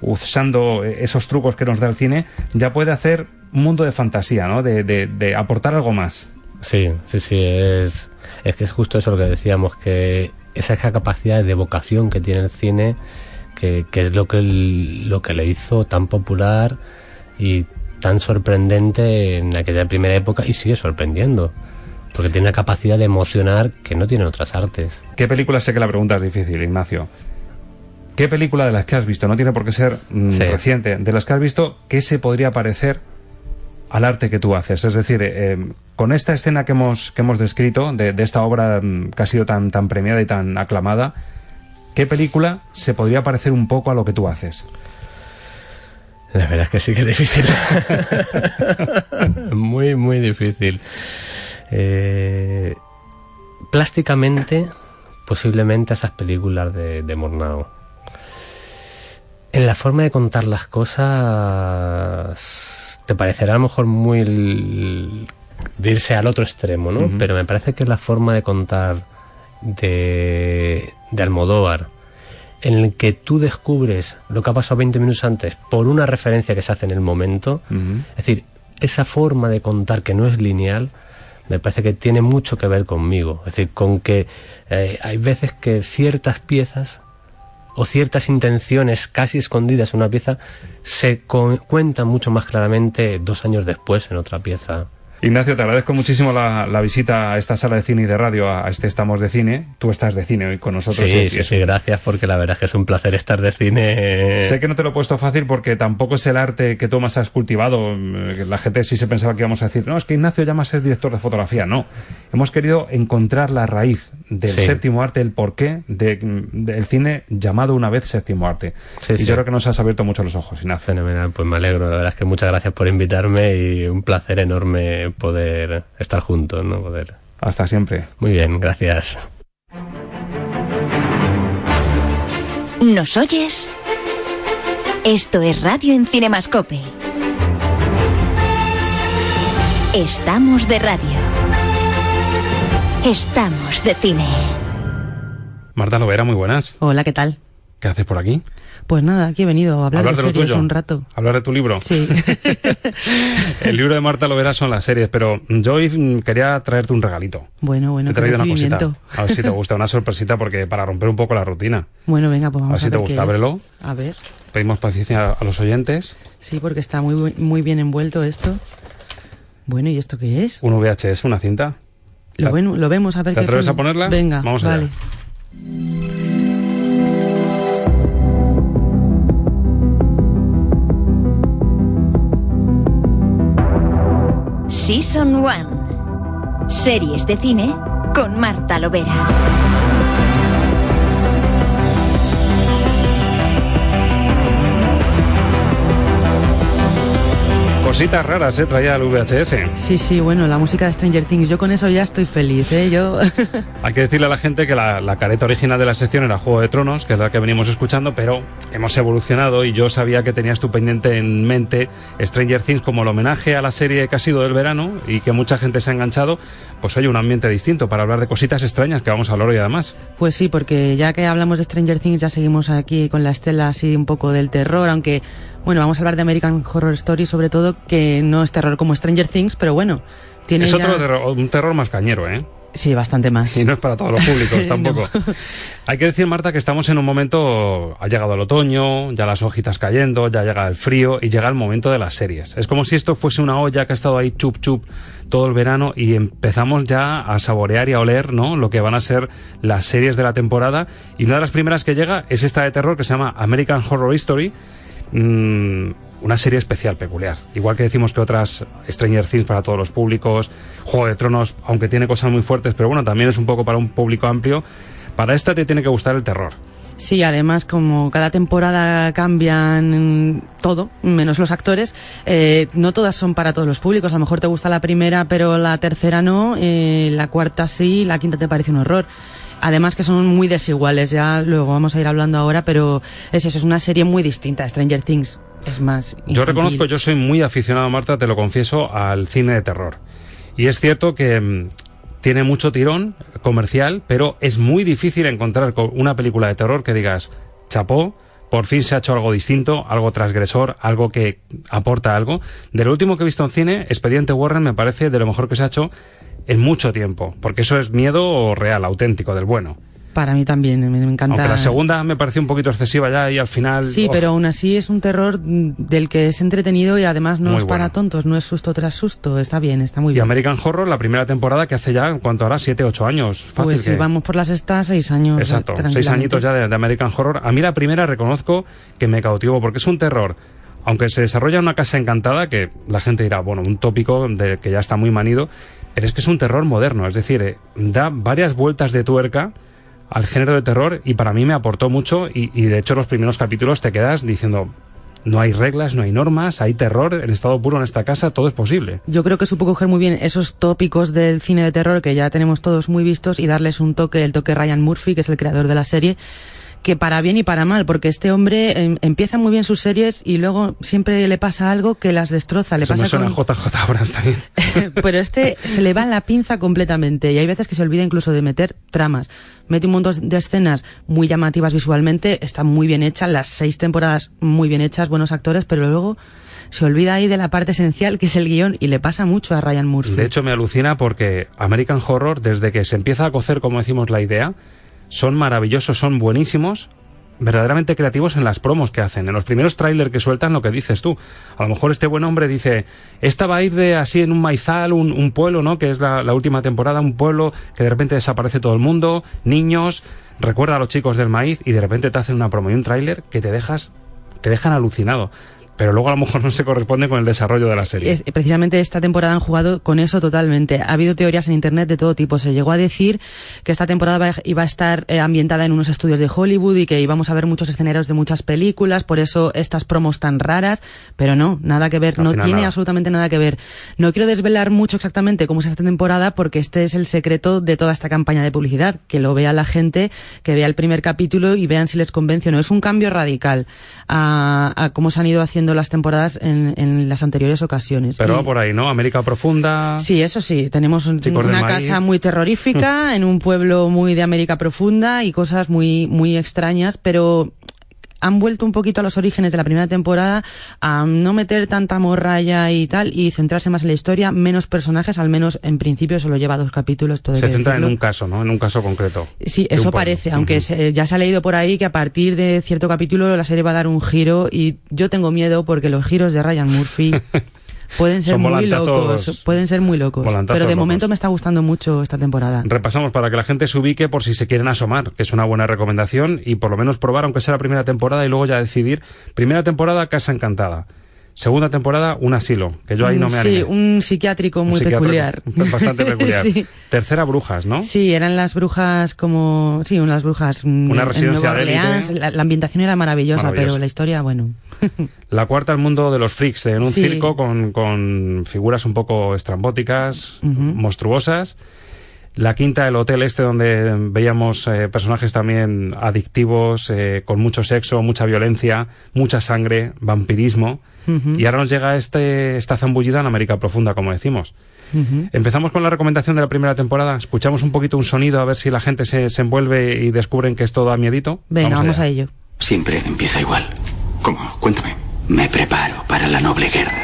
[SPEAKER 12] usando esos trucos que nos da el cine, ya puede hacer un mundo de fantasía, ¿no? De, de, de aportar algo más.
[SPEAKER 4] Sí, sí, sí, es, es que es justo eso lo que decíamos, que esa capacidad de vocación que tiene el cine, que, que es lo que, lo que le hizo tan popular y tan sorprendente en aquella primera época, y sigue sorprendiendo, porque tiene una capacidad de emocionar que no tienen otras artes.
[SPEAKER 12] ¿Qué película? Sé que la pregunta es difícil, Ignacio. ¿Qué película de las que has visto, no tiene por qué ser mmm, sí. reciente, de las que has visto, qué se podría parecer al arte que tú haces? Es decir, eh, con esta escena que hemos, que hemos descrito, de, de esta obra mmm, que ha sido tan, tan premiada y tan aclamada, ¿qué película se podría parecer un poco a lo que tú haces?
[SPEAKER 4] La verdad es que sí que es difícil. Muy, muy difícil. Eh, plásticamente, posiblemente esas películas de, de Murnau. En la forma de contar las cosas, te parecerá a lo mejor muy de irse al otro extremo, ¿no? Uh-huh. Pero me parece que la forma de contar de, de Almodóvar, en el que tú descubres lo que ha pasado veinte minutos antes por una referencia que se hace en el momento, uh-huh. es decir, esa forma de contar que no es lineal, me parece que tiene mucho que ver conmigo. Es decir, con que eh, hay veces que ciertas piezas o ciertas intenciones casi escondidas en una pieza se cu- cuentan mucho más claramente dos años después en otra pieza.
[SPEAKER 12] Ignacio, te agradezco muchísimo la, la visita a esta sala de cine y de radio, a este Estamos de Cine. Tú estás de cine hoy con nosotros.
[SPEAKER 4] Sí, sí, sí, gracias, porque la verdad es que es un placer estar de cine.
[SPEAKER 12] Sé que no te lo he puesto fácil porque tampoco es el arte que tú más has cultivado. La gente sí se pensaba que íbamos a decir, no, es que Ignacio ya más es director de fotografía. No, hemos querido encontrar la raíz del sí. séptimo arte, el porqué de, del cine llamado una vez séptimo arte. Sí, y sí. yo creo que nos has abierto mucho los ojos, Ignacio.
[SPEAKER 4] Fenomenal, pues me alegro. La verdad es que muchas gracias por invitarme y un placer enorme poder estar juntos, ¿no? Poder...
[SPEAKER 12] Hasta siempre.
[SPEAKER 4] Muy bien, gracias.
[SPEAKER 3] ¿Nos oyes? Esto es Radio en Cinemascope. Estamos de radio. Estamos de cine.
[SPEAKER 12] Marta Lovera, muy buenas.
[SPEAKER 5] Hola, ¿qué tal?
[SPEAKER 12] ¿Qué haces por aquí?
[SPEAKER 5] Pues nada, aquí he venido a hablar, hablar de, de series un rato.
[SPEAKER 12] ¿Hablar de tu libro?
[SPEAKER 5] Sí.
[SPEAKER 12] El libro de Marta Lovera son las series, pero yo hoy quería traerte un regalito.
[SPEAKER 5] Bueno, bueno,
[SPEAKER 12] te he traído una cosita. A ver si te gusta, una sorpresita, porque para romper un poco la rutina.
[SPEAKER 5] Bueno, venga, pues vamos a ver.
[SPEAKER 12] A ver si te gusta, ábrelo.
[SPEAKER 5] A ver.
[SPEAKER 12] Pedimos paciencia a los oyentes.
[SPEAKER 5] Sí, porque está muy, muy bien envuelto esto. Bueno, ¿y esto qué es?
[SPEAKER 12] Un V H S, una cinta.
[SPEAKER 5] Lo, bueno, lo vemos, a ver
[SPEAKER 12] qué... ¿Te atreves
[SPEAKER 5] qué...
[SPEAKER 12] a ponerla?
[SPEAKER 5] Venga,
[SPEAKER 12] vamos
[SPEAKER 5] vale.
[SPEAKER 12] allá.
[SPEAKER 3] Season uno. Series de cine con Marta Lovera.
[SPEAKER 12] Cositas raras, ¿eh? Traía el V H S.
[SPEAKER 5] Sí, sí, bueno, la música de Stranger Things. Yo con eso ya estoy feliz, ¿eh? Yo...
[SPEAKER 12] Hay que decirle a la gente que la, la careta original de la sección era Juego de Tronos, que es la que venimos escuchando, pero hemos evolucionado y yo sabía que tenías tu pendiente en mente Stranger Things como el homenaje a la serie que ha sido del verano y que mucha gente se ha enganchado. Pues oye, un ambiente distinto para hablar de cositas extrañas que vamos a hablar hoy además.
[SPEAKER 5] Pues sí, porque ya que hablamos de Stranger Things ya seguimos aquí con la estela así un poco del terror, aunque... Bueno, vamos a hablar de American Horror Story, sobre todo, que no es terror como Stranger Things, pero bueno, tiene
[SPEAKER 12] Es
[SPEAKER 5] ya...
[SPEAKER 12] otro terror, un terror más cañero, ¿eh?
[SPEAKER 5] Sí, bastante más.
[SPEAKER 12] Y no es para todos los públicos tampoco. No. Hay que decir, Marta, que estamos en un momento... Ha llegado el otoño, ya las hojitas cayendo, ya llega el frío y llega el momento de las series. Es como si esto fuese una olla que ha estado ahí chup chup todo el verano y empezamos ya a saborear y a oler, ¿no?, lo que van a ser las series de la temporada. Y una de las primeras que llega es esta de terror que se llama American Horror Story. Una serie especial, peculiar. Igual que decimos que otras Stranger Things para todos los públicos, Juego de Tronos, aunque tiene cosas muy fuertes, pero bueno, también es un poco para un público amplio. Para esta te tiene que gustar el terror.
[SPEAKER 5] Sí, además, como cada temporada cambian todo, menos los actores, eh, no todas son para todos los públicos. A lo mejor te gusta la primera, pero la tercera no, eh, la cuarta sí, la quinta te parece un horror. Además que son muy desiguales, ya luego vamos a ir hablando ahora, pero es eso, es una serie muy distinta a Stranger Things. Es más infantil.
[SPEAKER 12] Yo reconozco, yo soy muy aficionado, Marta, te lo confieso, al cine de terror. Y es cierto que mmm, tiene mucho tirón comercial, pero es muy difícil encontrar una película de terror que digas, chapó, Por fin se ha hecho algo distinto, algo transgresor, algo que aporta algo. De lo último que he visto en cine, Expediente Warren me parece de lo mejor que se ha hecho en mucho tiempo, porque eso es miedo real, auténtico, del bueno.
[SPEAKER 5] Para mí también, me, me encanta.
[SPEAKER 12] Aunque la segunda me pareció un poquito excesiva ya y al final...
[SPEAKER 5] Sí, oh. pero aún así es un terror del que es entretenido y además no
[SPEAKER 12] Muy
[SPEAKER 5] es para
[SPEAKER 12] bueno.
[SPEAKER 5] tontos, no es susto tras susto, está bien, está muy
[SPEAKER 12] Y
[SPEAKER 5] bien.
[SPEAKER 12] American Horror, la primera temporada que hace ya, ¿en cuánto hará? ¿Siete, ocho años? Fácil
[SPEAKER 5] Pues si
[SPEAKER 12] que...
[SPEAKER 5] vamos por las estas, seis años.
[SPEAKER 12] Exacto, seis añitos ya de, de American Horror. A mí la primera reconozco que me cautivó porque es un terror, aunque se desarrolla en una casa encantada, que la gente dirá, bueno, un tópico de que ya está muy manido, pero es que es un terror moderno, es decir, eh, da varias vueltas de tuerca al género de terror y para mí me aportó mucho y, y de hecho los primeros capítulos te quedas diciendo no hay reglas, no hay normas, hay terror en estado puro en esta casa, todo es posible.
[SPEAKER 5] Yo creo que supo coger muy bien esos tópicos del cine de terror que ya tenemos todos muy vistos y darles un toque, el toque Ryan Murphy, que es el creador de la serie, que para bien y para mal, porque este hombre eh, empieza muy bien sus series y luego siempre le pasa algo que las destroza. Le
[SPEAKER 12] Eso
[SPEAKER 5] pasa
[SPEAKER 12] me suena
[SPEAKER 5] con...
[SPEAKER 12] J J Abrams también.
[SPEAKER 5] Pero este se le va la pinza completamente y hay veces que se olvida incluso de meter tramas. Mete un montón de escenas muy llamativas visualmente, está muy bien hecha, las seis temporadas muy bien hechas, buenos actores, pero luego se olvida ahí de la parte esencial que es el guión y le pasa mucho a Ryan Murphy.
[SPEAKER 12] De hecho me alucina porque American Horror, desde que se empieza a cocer, como decimos, la idea, son maravillosos, son buenísimos, verdaderamente creativos en las promos que hacen, en los primeros trailers que sueltan, lo que dices tú. A lo mejor este buen hombre dice, esta va a ir de así en un maizal, un, un pueblo, ¿no? Que es la, la última temporada, un pueblo que de repente desaparece todo el mundo, niños, recuerda a los chicos del maíz y de repente te hacen una promo y un tráiler que te dejas, te dejan alucinado. Pero luego a lo mejor no se corresponde con el desarrollo de la serie.
[SPEAKER 5] Es, precisamente esta temporada han jugado con eso totalmente. Ha habido teorías en internet de todo tipo. Se llegó a decir que esta temporada va, iba a estar eh, ambientada en unos estudios de Hollywood y que íbamos a ver muchos escenarios de muchas películas, por eso estas promos tan raras, pero no, nada que ver,
[SPEAKER 12] Al
[SPEAKER 5] no
[SPEAKER 12] final
[SPEAKER 5] tiene
[SPEAKER 12] nada.
[SPEAKER 5] absolutamente nada que ver. No quiero desvelar mucho exactamente cómo es esta temporada porque este es el secreto de toda esta campaña de publicidad, que lo vea la gente, que vea el primer capítulo y vean si les convence o no. Es un cambio radical a, a cómo se han ido haciendo las temporadas en, en las anteriores ocasiones.
[SPEAKER 12] Pero
[SPEAKER 5] Y-
[SPEAKER 12] va por ahí, ¿no? América Profunda...
[SPEAKER 5] Sí, eso sí, tenemos un-
[SPEAKER 12] Chicos del
[SPEAKER 5] una
[SPEAKER 12] maíz.
[SPEAKER 5] casa muy terrorífica en un pueblo muy de América Profunda y cosas muy, muy extrañas, pero han vuelto un poquito a los orígenes de la primera temporada, a no meter tanta morralla y tal, y centrarse más en la historia, menos personajes, al menos en principio solo lleva dos capítulos. Todo hay
[SPEAKER 12] Se
[SPEAKER 5] que
[SPEAKER 12] centra en
[SPEAKER 5] decirlo.
[SPEAKER 12] un caso, ¿no? En un caso concreto.
[SPEAKER 5] Sí,
[SPEAKER 12] de un
[SPEAKER 5] eso
[SPEAKER 12] pueblo.
[SPEAKER 5] parece, aunque
[SPEAKER 12] Ujú.
[SPEAKER 5] se- ya se ha leído por ahí que a partir de cierto capítulo la serie va a dar un giro y yo tengo miedo porque los giros de Ryan Murphy pueden ser
[SPEAKER 12] Son
[SPEAKER 5] muy
[SPEAKER 12] volantazos-
[SPEAKER 5] locos, pueden ser muy locos,
[SPEAKER 12] volantazos
[SPEAKER 5] pero de
[SPEAKER 12] locos.
[SPEAKER 5] momento me está gustando mucho esta temporada.
[SPEAKER 12] Repasamos para que la gente se ubique por si se quieren asomar, que es una buena recomendación, y por lo menos probar, aunque sea la primera temporada, y luego ya decidir. Primera temporada, Casa Encantada. Segunda temporada, Un Asilo, que yo ahí no me
[SPEAKER 5] Sí,
[SPEAKER 12] animé.
[SPEAKER 5] un psiquiátrico
[SPEAKER 12] Un
[SPEAKER 5] muy
[SPEAKER 12] psiquiátrico
[SPEAKER 5] peculiar.
[SPEAKER 12] bastante peculiar.
[SPEAKER 5] Sí.
[SPEAKER 12] Tercera, Brujas, ¿no?
[SPEAKER 5] Sí, eran las brujas como... Sí, unas brujas mm,
[SPEAKER 12] Una
[SPEAKER 5] en
[SPEAKER 12] residencia
[SPEAKER 5] Nueva
[SPEAKER 12] de élite.
[SPEAKER 5] Orleans. La, la ambientación era maravillosa,
[SPEAKER 12] Maravillosa.
[SPEAKER 5] pero la historia, bueno...
[SPEAKER 12] La cuarta, El Mundo de los Freaks, en un
[SPEAKER 5] Sí.
[SPEAKER 12] circo con, con figuras un poco estrambóticas,
[SPEAKER 5] Ujú.
[SPEAKER 12] monstruosas. La quinta, El Hotel este, donde veíamos eh, personajes también adictivos, eh, con mucho sexo, mucha violencia, mucha sangre, vampirismo.
[SPEAKER 5] Ujú.
[SPEAKER 12] Y ahora nos llega este, esta zambullida en América Profunda, como decimos.
[SPEAKER 5] Ujú.
[SPEAKER 12] Empezamos con la recomendación de la primera temporada. Escuchamos un poquito un sonido a ver si la gente se, se envuelve y descubren que esto da miedito.
[SPEAKER 5] Venga, vamos,
[SPEAKER 12] allá.
[SPEAKER 5] a ello.
[SPEAKER 14] Siempre empieza igual. ¿Cómo? Cuéntame. Me preparo para la noble guerra.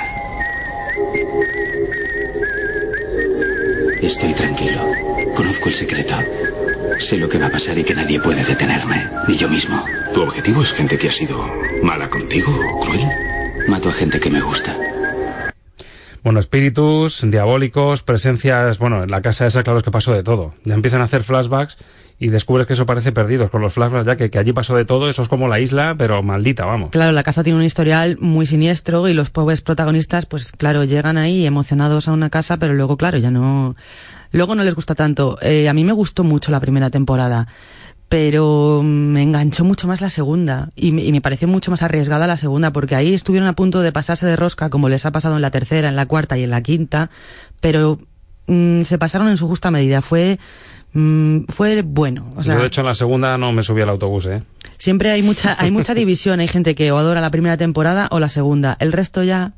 [SPEAKER 14] Estoy tranquilo. Conozco el secreto. Sé lo que va a pasar y que nadie puede detenerme, ni yo mismo.
[SPEAKER 19] ¿Tu objetivo es gente que ha sido mala contigo o cruel?
[SPEAKER 14] Mato a gente que me gusta.
[SPEAKER 12] Bueno, espíritus, diabólicos, presencias... Bueno, en la casa esa, claro, es que pasó de todo. Ya empiezan a hacer flashbacks y descubres que eso parece Perdidos con los flashbacks, ya que, que allí pasó de todo. Eso es como la isla, pero maldita, vamos.
[SPEAKER 5] Claro, la casa tiene un historial muy siniestro y los pobres protagonistas, pues claro, llegan ahí emocionados a una casa, pero luego, claro, ya no... Luego no les gusta tanto. Eh, a mí me gustó mucho la primera temporada, pero me enganchó mucho más la segunda y me, y me pareció mucho más arriesgada la segunda, porque ahí estuvieron a punto de pasarse de rosca, como les ha pasado en la tercera, en la cuarta y en la quinta, pero mm, se pasaron en su justa medida. Fue... Mm, fue bueno, o sea,
[SPEAKER 12] Yo, de hecho, en la segunda no me subí al autobús, ¿eh?
[SPEAKER 5] siempre hay mucha hay mucha división, hay gente que o adora la primera temporada o la segunda, el resto ya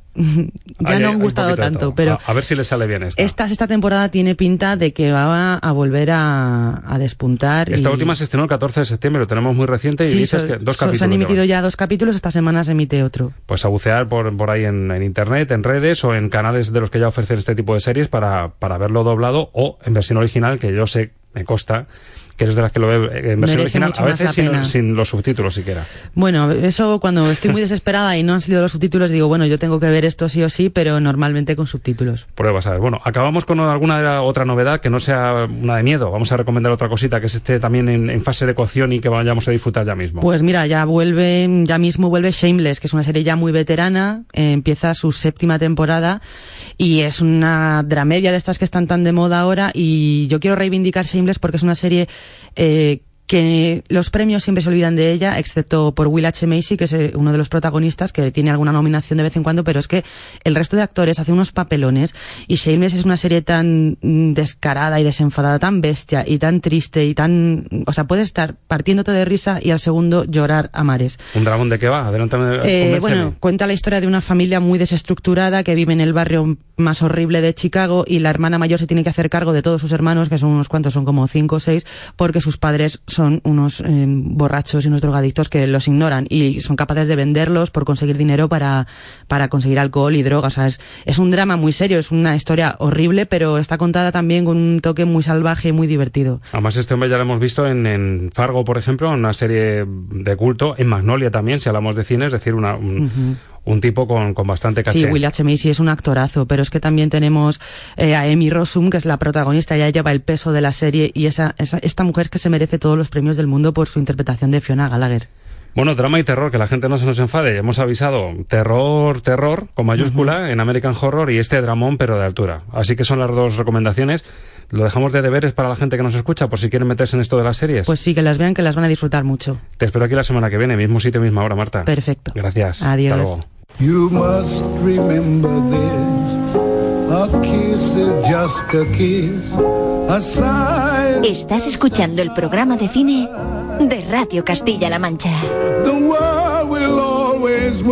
[SPEAKER 5] ya
[SPEAKER 12] hay,
[SPEAKER 5] no
[SPEAKER 12] hay,
[SPEAKER 5] han gustado tanto, pero...
[SPEAKER 12] A, a ver si le sale bien esta.
[SPEAKER 5] Esta, esta temporada tiene pinta de que va a volver a, a despuntar.
[SPEAKER 12] Esta
[SPEAKER 5] y...
[SPEAKER 12] última se estrenó el catorce de septiembre, lo tenemos muy reciente y
[SPEAKER 5] sí,
[SPEAKER 12] dices
[SPEAKER 5] so,
[SPEAKER 12] que dos
[SPEAKER 5] so,
[SPEAKER 12] capítulos.
[SPEAKER 5] Se han emitido
[SPEAKER 12] llevan.
[SPEAKER 5] ya dos capítulos, esta semana se emite otro.
[SPEAKER 12] Pues a bucear por, por ahí en, en internet, en redes o en canales de los que ya ofrecen este tipo de series para, para verlo doblado o en versión original, que yo sé, me consta, que eres de las que lo ve en versión
[SPEAKER 5] Merece
[SPEAKER 12] original, a veces sin, sin los subtítulos siquiera.
[SPEAKER 5] Bueno, eso cuando estoy muy desesperada y no han salido los subtítulos, digo, bueno, yo tengo que ver esto sí o sí, pero normalmente con subtítulos.
[SPEAKER 12] Pruebas a ver. Bueno, acabamos con alguna otra novedad que no sea una de miedo. Vamos a recomendar otra cosita que es este también en, en fase de cocción y que vayamos a disfrutar ya mismo.
[SPEAKER 5] Pues mira, ya vuelve, ya mismo vuelve Shameless, que es una serie ya muy veterana, eh, empieza su séptima temporada y es una dramedia de estas que están tan de moda ahora, y yo quiero reivindicar Shameless porque es una serie eh, que los premios siempre se olvidan de ella, excepto por Will H. Macy, que es uno de los protagonistas, que tiene alguna nominación de vez en cuando, pero es que el resto de actores hacen unos papelones, y Shameless es una serie tan descarada y desenfadada, tan bestia y tan triste y tan... O sea, puedes estar partiéndote de risa y al segundo llorar a mares.
[SPEAKER 12] ¿Un dragón de qué va? Adelántame.
[SPEAKER 5] Eh, bueno, cuenta la historia de una familia muy desestructurada que vive en el barrio más horrible de Chicago, y la hermana mayor se tiene que hacer cargo de todos sus hermanos, que son unos cuantos, son como cinco o seis, porque sus padres son son unos eh, borrachos y unos drogadictos que los ignoran y son capaces de venderlos por conseguir dinero para, para conseguir alcohol y drogas. O sea, es, es un drama muy serio, es una historia horrible, pero está contada también con un toque muy salvaje y muy divertido.
[SPEAKER 12] Además, este hombre ya lo hemos visto en, en Fargo, por ejemplo, en una serie de culto, en Magnolia también, si hablamos de cine, es decir, una... Un, uh-huh. Un tipo con, con bastante caché.
[SPEAKER 5] Sí, Will H. Macy es un actorazo, pero es que también tenemos eh, a Amy Rossum, que es la protagonista, ella lleva el peso de la serie, y esa, esa esta mujer que se merece todos los premios del mundo por su interpretación de Fiona Gallagher.
[SPEAKER 12] Bueno, drama y terror, que la gente no se nos enfade. Hemos avisado, terror, terror, con mayúscula, uh-huh. en American Horror, y este dramón, pero de altura. Así que son las dos recomendaciones. Lo dejamos de deberes para la gente que nos escucha, por si quieren meterse en esto de las series.
[SPEAKER 5] Pues sí, que las vean, que las van a disfrutar mucho.
[SPEAKER 12] Te espero aquí la semana que viene, mismo sitio, misma hora, Marta.
[SPEAKER 5] Perfecto.
[SPEAKER 12] Gracias.
[SPEAKER 5] Adiós.
[SPEAKER 12] Hasta luego.
[SPEAKER 6] You must remember this. A kiss is just a kiss. A sign.
[SPEAKER 3] Estás escuchando el programa de cine de Radio Castilla-La Mancha.
[SPEAKER 6] The world will always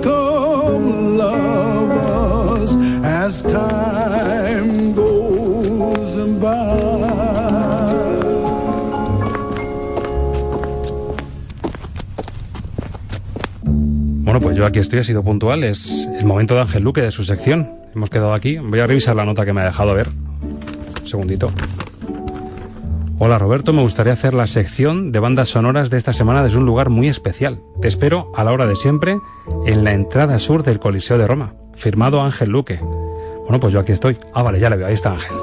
[SPEAKER 6] welcome lovers as time goes by.
[SPEAKER 12] Bueno, pues yo aquí estoy, ha sido puntual. Es el momento de Ángel Luque, de su sección. Hemos quedado aquí. Voy a revisar la nota que me ha dejado, a ver. Un segundito. Hola Roberto, me gustaría hacer la sección de bandas sonoras de esta semana desde un lugar muy especial. Te espero a la hora de siempre en la entrada sur del Coliseo de Roma. Firmado Ángel Luque. Bueno, pues yo aquí estoy. Ah, vale, ya le veo. Ahí está Ángel.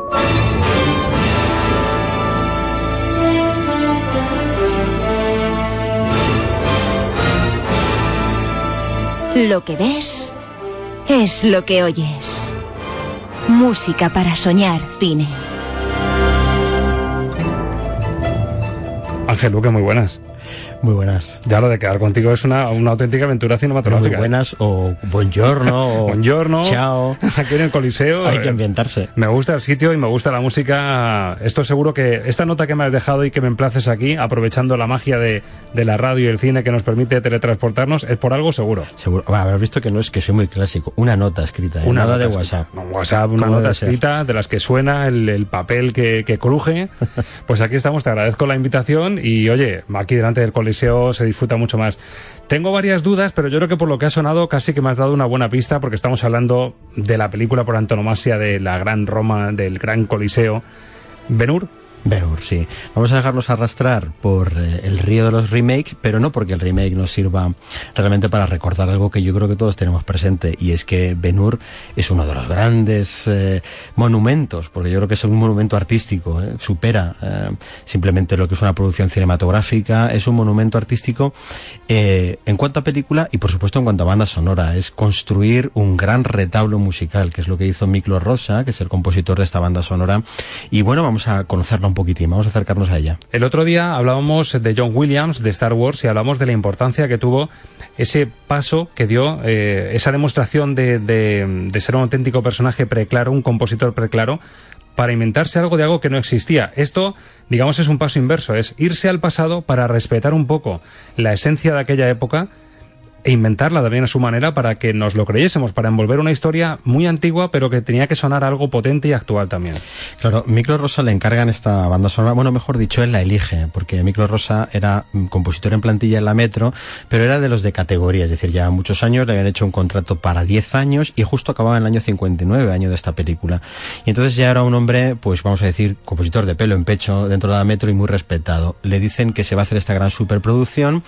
[SPEAKER 3] Lo que ves es lo que oyes. Música para soñar cine.
[SPEAKER 12] Ángel Luque, muy buenas.
[SPEAKER 8] Muy buenas.
[SPEAKER 12] Ya lo de quedar contigo es una, una auténtica aventura cinematográfica.
[SPEAKER 8] Muy buenas, o buongiorno, o
[SPEAKER 12] buongiorno.
[SPEAKER 8] Chao.
[SPEAKER 12] Aquí en el Coliseo.
[SPEAKER 8] Hay que ambientarse.
[SPEAKER 12] Me gusta el sitio y me gusta la música. Esto seguro que esta nota que me has dejado y que me emplaces aquí, aprovechando la magia de, de la radio y el cine que nos permite teletransportarnos, es por algo seguro.
[SPEAKER 8] Seguro. Bueno, habrás visto que no es que soy muy clásico. Una nota escrita, ¿eh?
[SPEAKER 12] Una
[SPEAKER 8] Nada
[SPEAKER 12] nota
[SPEAKER 8] de WhatsApp.
[SPEAKER 12] No, WhatsApp, una nota escrita de las que suena el, el papel que, que cruje. Pues aquí estamos, te agradezco la invitación y oye, aquí delante del Coliseo se disfruta mucho más. Tengo varias dudas, pero yo creo que por lo que ha sonado casi que me has dado una buena pista, porque estamos hablando de la película por antonomasia de la gran Roma, del gran Coliseo. Ben-Hur.
[SPEAKER 8] Ben-Hur, sí. Vamos a dejarnos arrastrar por eh, el río de los remakes, pero no porque el remake nos sirva realmente para recordar algo que yo creo que todos tenemos presente, y es que Ben-Hur es uno de los grandes eh, monumentos, porque yo creo que es un monumento artístico, eh, supera eh, simplemente lo que es una producción cinematográfica, es un monumento artístico eh, en cuanto a película y por supuesto en cuanto a banda sonora. Es construir un gran retablo musical, que es lo que hizo Miklos Rozsa, que es el compositor de esta banda sonora, y bueno, vamos a conocerla un poquitín, vamos a acercarnos a ella.
[SPEAKER 12] El otro día hablábamos de John Williams, de Star Wars, y hablamos de la importancia que tuvo ese paso que dio, eh, esa demostración de, de, de ser un auténtico personaje preclaro, un compositor preclaro, para inventarse algo de algo que no existía. Esto, digamos, es un paso inverso, es irse al pasado para respetar un poco la esencia de aquella época, e inventarla también a su manera para que nos lo creyésemos, para envolver una historia muy antigua, pero que tenía que sonar algo potente y actual también.
[SPEAKER 8] Claro, Miklos Rozsa le encargan esta banda sonora, bueno, mejor dicho, él la elige, porque Miklos Rozsa era compositor en plantilla en la Metro, pero era de los de categoría, es decir, ya muchos años, le habían hecho un contrato para diez años y justo acababa en el año cincuenta y nueve, año de esta película. Y entonces ya era un hombre, pues vamos a decir, compositor de pelo en pecho dentro de la Metro y muy respetado. Le dicen que se va a hacer esta gran superproducción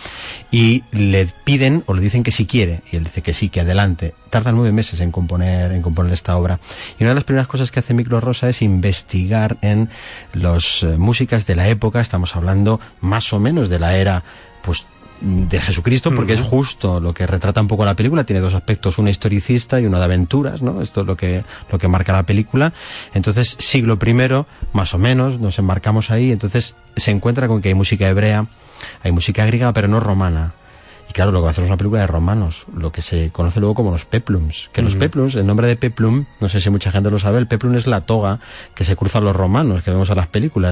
[SPEAKER 8] y le piden, o le dicen que si quiere, y él dice que sí, que adelante. Tarda nueve meses en componer, en componer esta obra. Y una de las primeras cosas que hace Miklos Rozsa es investigar en las eh, músicas de la época. Estamos hablando más o menos de la era, pues, de Jesucristo, porque uh-huh. es justo lo que retrata un poco la película. Tiene dos aspectos, uno historicista y uno de aventuras, ¿no? Esto es lo que, lo que marca la película. Entonces, siglo primero, más o menos, nos embarcamos ahí. Entonces, se encuentra con que hay música hebrea, hay música griega, pero no romana. Y claro, lo que va a hacer es una película de romanos, lo que se conoce luego como los peplums. Que uh-huh. los peplums, el nombre de peplum, no sé si mucha gente lo sabe, el peplum es la toga que se cruzan los romanos, que vemos en las películas.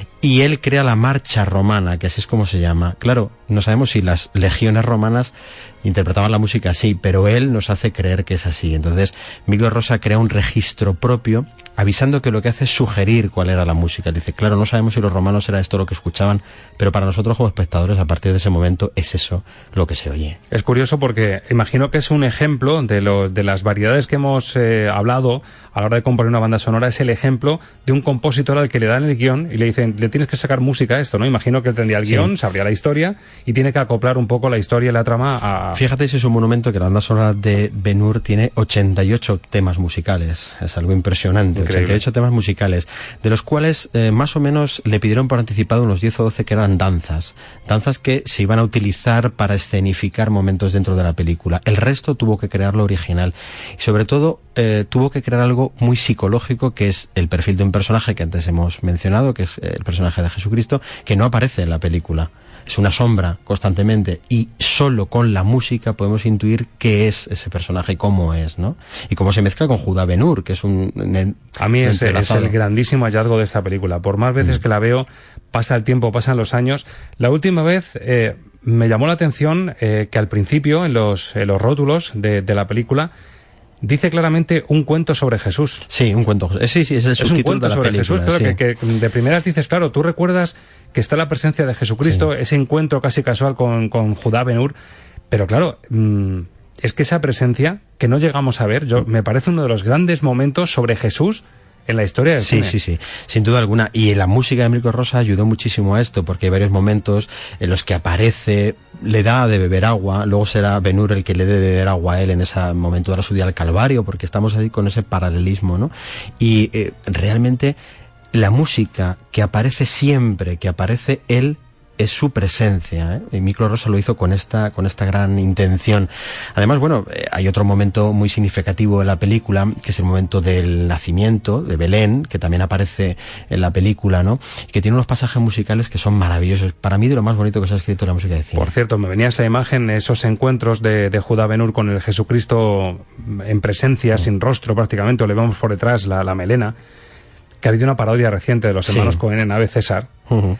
[SPEAKER 8] Y él crea la marcha romana, que así es como se llama. Claro, no sabemos si las legiones romanas interpretaban la música así, pero él nos hace creer que es así. Entonces, Miklos Rozsa crea un registro propio, avisando que lo que hace es sugerir cuál era la música. Dice, claro, no sabemos si los romanos era esto lo que escuchaban, pero para nosotros como espectadores, a partir de ese momento, es eso lo que se oye.
[SPEAKER 12] Es curioso porque imagino que es un ejemplo de, lo, de las variedades que hemos eh, hablado a la hora de componer una banda sonora. Es el ejemplo de un compositor al que le dan el guión y le dicen, le tienes que sacar música a esto, ¿no? Imagino que él tendría el guión, sí. sabría la historia y tiene que acoplar un poco la historia y la trama a...
[SPEAKER 8] Fíjate si es un monumento que la banda sonora de Ben-Hur tiene ochenta y ocho temas musicales. Es algo impresionante. Increíble. ochenta y ocho temas musicales, de los cuales eh, más o menos le pidieron por anticipado unos diez o doce que eran danzas. Danzas que se iban a utilizar para escenificar momentos dentro de la película. El resto tuvo que crear lo original. Y sobre todo, eh, tuvo que crear algo muy psicológico, que es el perfil de un personaje que antes hemos mencionado, que es el personaje de Jesucristo, que no aparece en la película. Es una sombra constantemente y solo con la música podemos intuir qué es ese personaje y cómo es, ¿no? Y cómo se mezcla con Judá Ben-Hur, que es un... un
[SPEAKER 12] a mí es, es el grandísimo hallazgo de esta película. Por más veces mm. que la veo, pasa el tiempo, pasan los años. La última vez... Eh, me llamó la atención eh, que al principio, en los, en los rótulos de, de la película, dice claramente un cuento sobre Jesús.
[SPEAKER 8] Sí, un cuento. Sí, sí, es el subtítulo de la
[SPEAKER 12] sobre
[SPEAKER 8] película.
[SPEAKER 12] Jesús, claro,
[SPEAKER 8] sí.
[SPEAKER 12] que, que de primeras dices, claro, tú recuerdas que está la presencia de Jesucristo, sí. ese encuentro casi casual con, con Judá Ben-Hur, pero claro, mmm, es que esa presencia que no llegamos a ver, yo me parece uno de los grandes momentos sobre Jesús en la historia del
[SPEAKER 8] sí,
[SPEAKER 12] cine.
[SPEAKER 8] Sí, sí, sin duda alguna. Y la música de Miklos Rozsa ayudó muchísimo a esto, porque hay varios momentos en los que aparece, le da de beber agua, luego será Ben-Hur el que le dé de beber agua a él en ese momento de su día al Calvario, porque estamos ahí con ese paralelismo, ¿no? Y eh, realmente la música que aparece siempre, que aparece él, es su presencia, ¿eh? Y Miklos Rozsa lo hizo con esta, con esta gran intención. Además, bueno, eh, hay otro momento muy significativo en la película, que es el momento del nacimiento de Belén, que también aparece en la película, ¿no? Y que tiene unos pasajes musicales que son maravillosos. Para mí, de lo más bonito que se ha escrito en la música de cine.
[SPEAKER 12] Por cierto, me venía esa imagen, esos encuentros de, de Judá Ben-Hur con el Jesucristo en presencia, sí. sin rostro prácticamente, o le vemos por detrás la, la melena, que ha habido una parodia reciente de los hermanos sí. Cohen en Ave César. Uh-huh.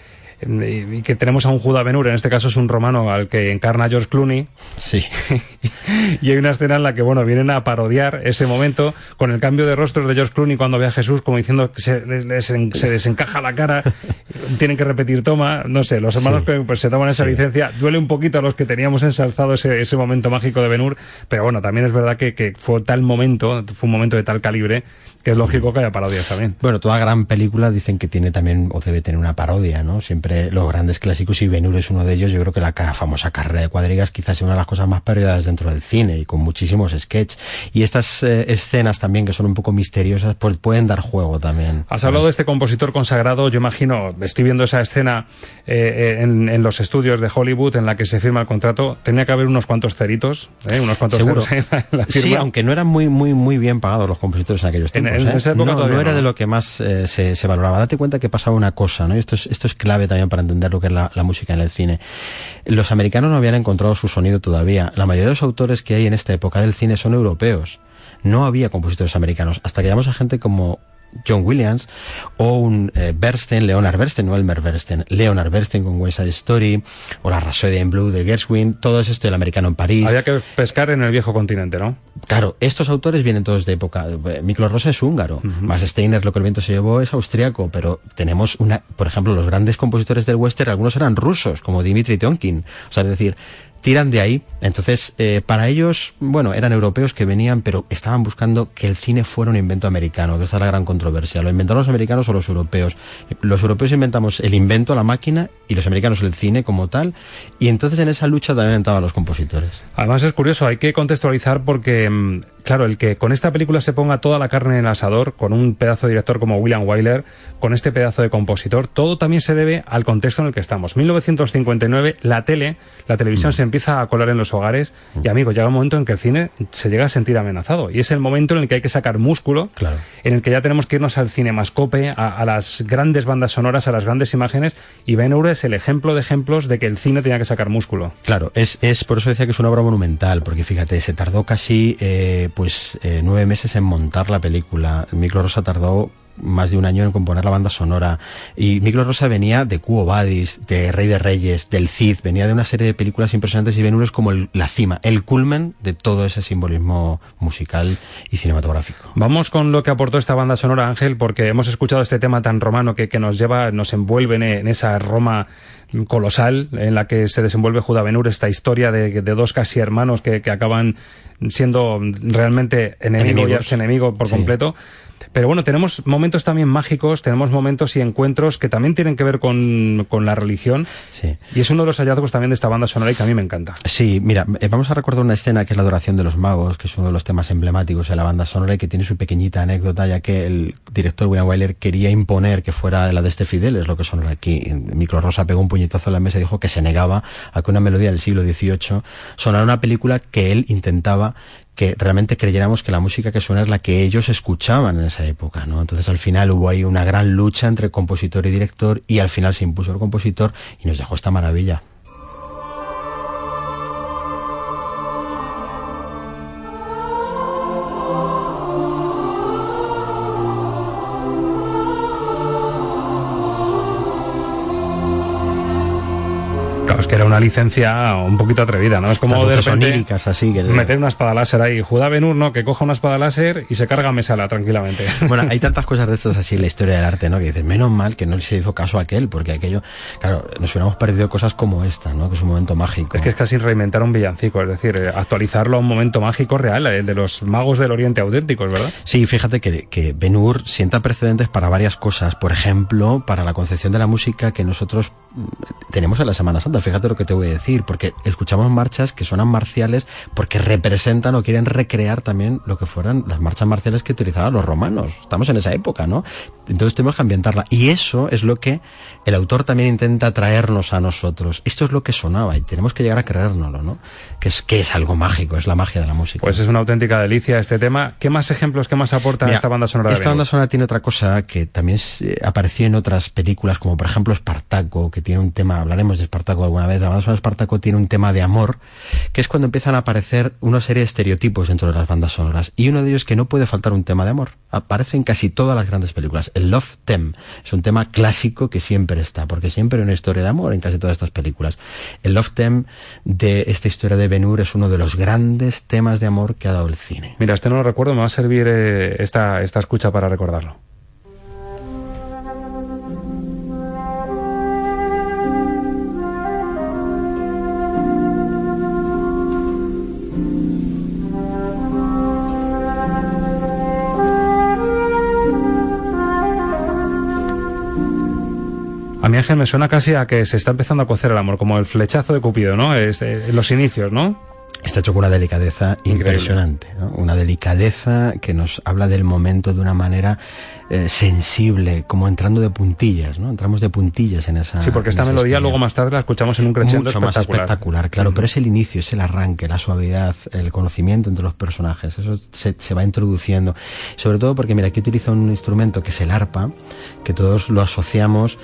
[SPEAKER 12] Y que tenemos a un Judá Ben-Hur, en este caso es un romano al que encarna George Clooney.
[SPEAKER 8] Sí.
[SPEAKER 12] Y hay una escena en la que, bueno, vienen a parodiar ese momento con el cambio de rostros de George Clooney cuando ve a Jesús, como diciendo que se, les, se desencaja la cara, tienen que repetir toma, no sé, los hermanos sí. pues se toman esa sí. licencia. Duele un poquito a los que teníamos ensalzado ese, ese momento mágico de Ben-Hur, pero bueno, también es verdad que, que fue tal momento, fue un momento de tal calibre, que es lógico que haya parodias también.
[SPEAKER 8] Bueno, toda gran película dicen que tiene también, o debe tener una parodia, ¿no? Siempre los grandes clásicos, y Ben-Hur es uno de ellos. Yo creo que la famosa carrera de cuadrigas quizás sea una de las cosas más parodiadas dentro del cine, y con muchísimos sketches. Y estas eh, escenas también, que son un poco misteriosas, pues pueden dar juego también.
[SPEAKER 12] Has hablado de este compositor consagrado. Yo imagino, estoy viendo esa escena eh, en, en los estudios de Hollywood en la que se firma el contrato. Tenía que haber unos cuantos ceritos, ¿eh? unos cuantos
[SPEAKER 8] Seguro.
[SPEAKER 12] ceros en la, en la firma.
[SPEAKER 8] Sí, aunque no eran muy muy muy bien pagados los compositores en aquellos tiempos.
[SPEAKER 12] En, en
[SPEAKER 8] ¿eh?
[SPEAKER 12] esa época
[SPEAKER 8] no, no era
[SPEAKER 12] no.
[SPEAKER 8] de lo que más eh, se, se valoraba. Date cuenta que pasaba una cosa, ¿no? Y esto es, esto es clave también para entender lo que es la, la música en el cine. Los americanos no habían encontrado su sonido todavía. La mayoría de los autores que hay en esta época del cine son europeos. No había compositores americanos. Hasta que llegamos a gente como John Williams, o un eh, Bernstein, Leonard Bernstein, no Elmer Bernstein, Leonard Bernstein con West Side Story, o la Rhapsody in Blue de Gershwin, todo esto, El americano en París.
[SPEAKER 12] Había que pescar en el viejo continente, ¿no?
[SPEAKER 8] Claro, estos autores vienen todos de época. Miklos Rosa es húngaro, uh-huh. Max Steiner, Lo que el viento se llevó, es austriaco, pero tenemos una, por ejemplo, los grandes compositores del western, algunos eran rusos, como Dmitri Tionkin, o sea, es decir, tiran de ahí. Entonces, eh, para ellos, bueno, eran europeos que venían, pero estaban buscando que el cine fuera un invento americano, que esta es la gran controversia. ¿Lo inventaron los americanos o los europeos? Los europeos inventamos el invento, la máquina, y los americanos el cine como tal, y entonces en esa lucha también entraban los compositores.
[SPEAKER 12] Además es curioso, hay que contextualizar porque, claro, el que con esta película se ponga toda la carne en el asador, con un pedazo de director como William Wyler, con este pedazo de compositor, todo también se debe al contexto en el que estamos. mil novecientos cincuenta y nueve, la tele, la televisión mm. se empieza a colar en los hogares y, amigo, llega un momento en que el cine se llega a sentir amenazado y es el momento en el que hay que sacar músculo,
[SPEAKER 8] claro. En
[SPEAKER 12] el que ya tenemos que irnos al cinemascope, a, a las grandes bandas sonoras, a las grandes imágenes, y Ben-Hur es el ejemplo de ejemplos de que el cine tenía que sacar músculo.
[SPEAKER 8] Claro, es, es por eso decía que es una obra monumental, porque fíjate, se tardó casi eh, pues eh, nueve meses en montar la película. Miklos Rosa tardó más de un año en componer la banda sonora, y Miklos Rosa venía de Quo Vadis, de Rey de Reyes, del Cid, venía de una serie de películas impresionantes, y Ben-Hur es como el, la cima, el culmen de todo ese simbolismo musical y cinematográfico.
[SPEAKER 12] Vamos con lo que aportó esta banda sonora, Ángel, porque hemos escuchado este tema tan romano que, que nos lleva, nos envuelve en, en esa Roma colosal en la que se desenvuelve Judá Ben-Hur, esta historia de, de dos casi hermanos que, que acaban siendo realmente enemigo Enemigos. y archienemigo por sí. completo. Pero bueno, tenemos momentos también mágicos, tenemos momentos y encuentros que también tienen que ver con, con la religión.
[SPEAKER 8] Sí.
[SPEAKER 12] Y es uno de los hallazgos también de esta banda sonora y que a mí me encanta.
[SPEAKER 8] Sí, mira, vamos a recordar una escena que es la adoración de los magos, que es uno de los temas emblemáticos de la banda sonora y que tiene su pequeñita anécdota, ya que el director William Wyler quería imponer que fuera la de este Fidel, es lo que sonora aquí. Miklos Rosa pegó un puñetazo en la mesa y dijo que se negaba a que una melodía del siglo dieciocho sonara una película que él intentaba que realmente creyéramos que la música que suena es la que ellos escuchaban en esa época, ¿no? Entonces al final hubo ahí una gran lucha entre compositor y director, y al final se impuso el compositor y nos dejó esta maravilla.
[SPEAKER 12] Es que era una licencia un poquito atrevida, ¿no? Es como de repente oníricas,
[SPEAKER 8] así que...
[SPEAKER 12] meter una espada láser ahí. Judá Ben-Hur, ¿no? Que coja una espada láser y se carga a Mesala tranquilamente.
[SPEAKER 8] Bueno, hay tantas cosas de estas así en la historia del arte, ¿no? Que dices, menos mal que no se hizo caso a aquel, porque aquello, claro, nos hubiéramos perdido cosas como esta, ¿no? Que es un momento mágico.
[SPEAKER 12] Es que es casi reinventar un villancico, es decir, actualizarlo a un momento mágico real, el de los magos del Oriente auténticos, ¿verdad?
[SPEAKER 8] Sí, fíjate que, que Ben-Hur sienta precedentes para varias cosas. Por ejemplo, para la concepción de la música que nosotros tenemos en la Semana Santa. Fíjate lo que te voy a decir, porque escuchamos marchas que suenan marciales porque representan o quieren recrear también lo que fueran las marchas marciales que utilizaban los romanos. Estamos en esa época, ¿no? Entonces tenemos que ambientarla, y eso es lo que el autor también intenta traernos a nosotros. Esto es lo que sonaba y tenemos que llegar a creérnoslo, ¿no? Que es, que es algo mágico, es la magia de la música.
[SPEAKER 12] Pues es una auténtica delicia este tema. ¿Qué más ejemplos, qué más aporta Mira, esta banda sonora?
[SPEAKER 8] Esta banda sonora tiene otra cosa que también eh, apareció en otras películas, como por ejemplo Espartaco, que tiene un tema, hablaremos de Espartaco alguna vez. La banda sonora de Espartaco tiene un tema de amor, que es cuando empiezan a aparecer una serie de estereotipos dentro de las bandas sonoras, y uno de ellos es que no puede faltar un tema de amor. Aparece en casi todas las grandes películas. El Love Theme es un tema clásico que siempre está, porque siempre hay una historia de amor en casi todas estas películas. El Love Theme de esta historia de Ben-Hur es uno de los grandes temas de amor que ha dado el cine.
[SPEAKER 12] Mira, este no lo recuerdo, me va a servir eh, esta, esta escucha para recordarlo. A mí, Ángel, me suena casi a que se está empezando a cocer el amor, como el flechazo de Cupido, ¿no? Es, eh, los inicios, ¿no?
[SPEAKER 8] Está hecho con una delicadeza Increíble. impresionante, ¿no? Una delicadeza que nos habla del momento de una manera eh, sensible, como entrando de puntillas, ¿no? Entramos de puntillas en esa...
[SPEAKER 12] Sí, porque esta melodía luego más tarde la escuchamos en un crescendo
[SPEAKER 8] mucho
[SPEAKER 12] espectacular.
[SPEAKER 8] más espectacular, claro, uh-huh. Pero es el inicio, es el arranque, la suavidad, el conocimiento entre los personajes, eso se, se va introduciendo. Sobre todo porque, mira, aquí utiliza un instrumento que es el arpa, que todos lo asociamos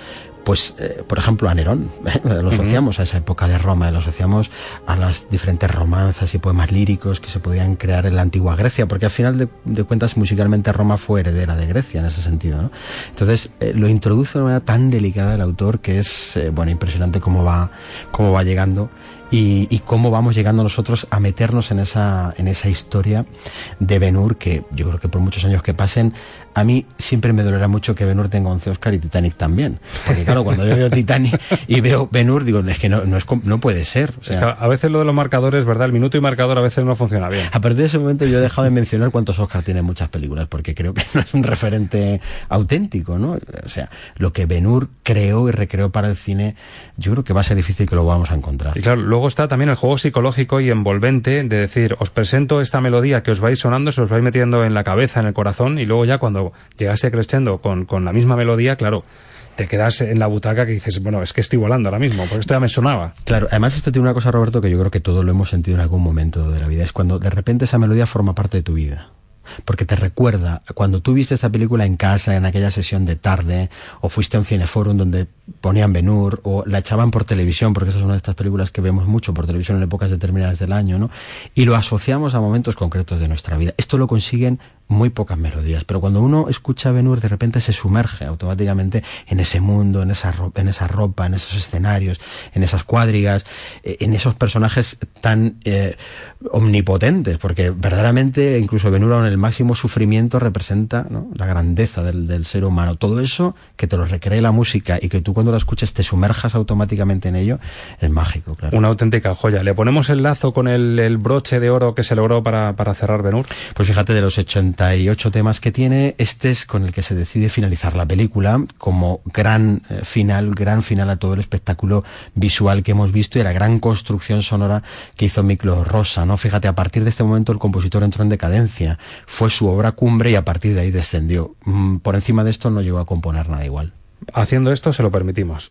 [SPEAKER 8] pues, eh, por ejemplo, a Nerón, ¿eh? lo asociamos uh-huh. a esa época de Roma, lo asociamos a las diferentes romanzas y poemas líricos que se podían crear en la antigua Grecia, porque al final de, de cuentas musicalmente Roma fue heredera de Grecia en ese sentido, ¿no? Entonces eh, lo introduce de una manera tan delicada el autor que es, eh, bueno, impresionante cómo va, cómo va llegando. Y, y cómo vamos llegando nosotros a meternos en esa, en esa historia de Ben-Hur, que yo creo que por muchos años que pasen, a mí siempre me dolerá mucho que Ben-Hur tenga once Oscar y Titanic también. Porque claro, cuando yo veo Titanic y veo Ben-Hur, digo, es que no, no, es, no puede ser. O sea,
[SPEAKER 12] es que a veces lo de los marcadores, ¿verdad? El minuto y marcador a veces no funciona bien.
[SPEAKER 8] A partir de ese momento yo he dejado de mencionar cuántos Oscar tienen muchas películas, porque creo que no es un referente auténtico, ¿no? O sea, lo que Ben-Hur creó y recreó para el cine, yo creo que va a ser difícil que lo vamos a encontrar.
[SPEAKER 12] Y claro, luego está también el juego psicológico y envolvente de decir, os presento esta melodía que os vais sonando, se os vais metiendo en la cabeza, en el corazón, y luego ya cuando llegase crescendo con, con la misma melodía, claro, te quedas en la butaca que dices, bueno, es que estoy volando ahora mismo, porque esto ya me sonaba.
[SPEAKER 8] Claro, además esto tiene una cosa, Roberto, que yo creo que todos lo hemos sentido en algún momento de la vida, es cuando de repente esa melodía forma parte de tu vida. Porque te recuerda cuando tú viste esta película en casa, en aquella sesión de tarde, o fuiste a un cineforum donde ponían Ben-Hur, o la echaban por televisión, porque esa es una de estas películas que vemos mucho por televisión en épocas determinadas del año, ¿no? Y lo asociamos a momentos concretos de nuestra vida. Esto lo consiguen muy pocas melodías, pero cuando uno escucha Ben-Hur de repente se sumerge automáticamente en ese mundo, en esa ropa, en esa ropa, en esos escenarios, en esas cuadrigas, eh, en esos personajes tan eh, omnipotentes, porque verdaderamente incluso Ben-Hur en el máximo sufrimiento representa, ¿no?, la grandeza del, del ser humano. Todo eso que te lo recree la música y que tú cuando la escuches te sumerjas automáticamente en ello, es mágico, claro.
[SPEAKER 12] Una auténtica joya. ¿Le ponemos el lazo con el, el broche de oro que se logró para, para cerrar Ben-Hur?
[SPEAKER 8] Pues fíjate, de los ochenta y ocho temas que tiene, este es con el que se decide finalizar la película como gran eh, final, gran final a todo el espectáculo visual que hemos visto y a la gran construcción sonora que hizo Miklos Rozsa, ¿no? Fíjate, a partir de este momento el compositor entró en decadencia, fue su obra cumbre y a partir de ahí descendió. Mm, por encima de esto no llegó a componer nada igual.
[SPEAKER 12] Haciendo esto se lo permitimos.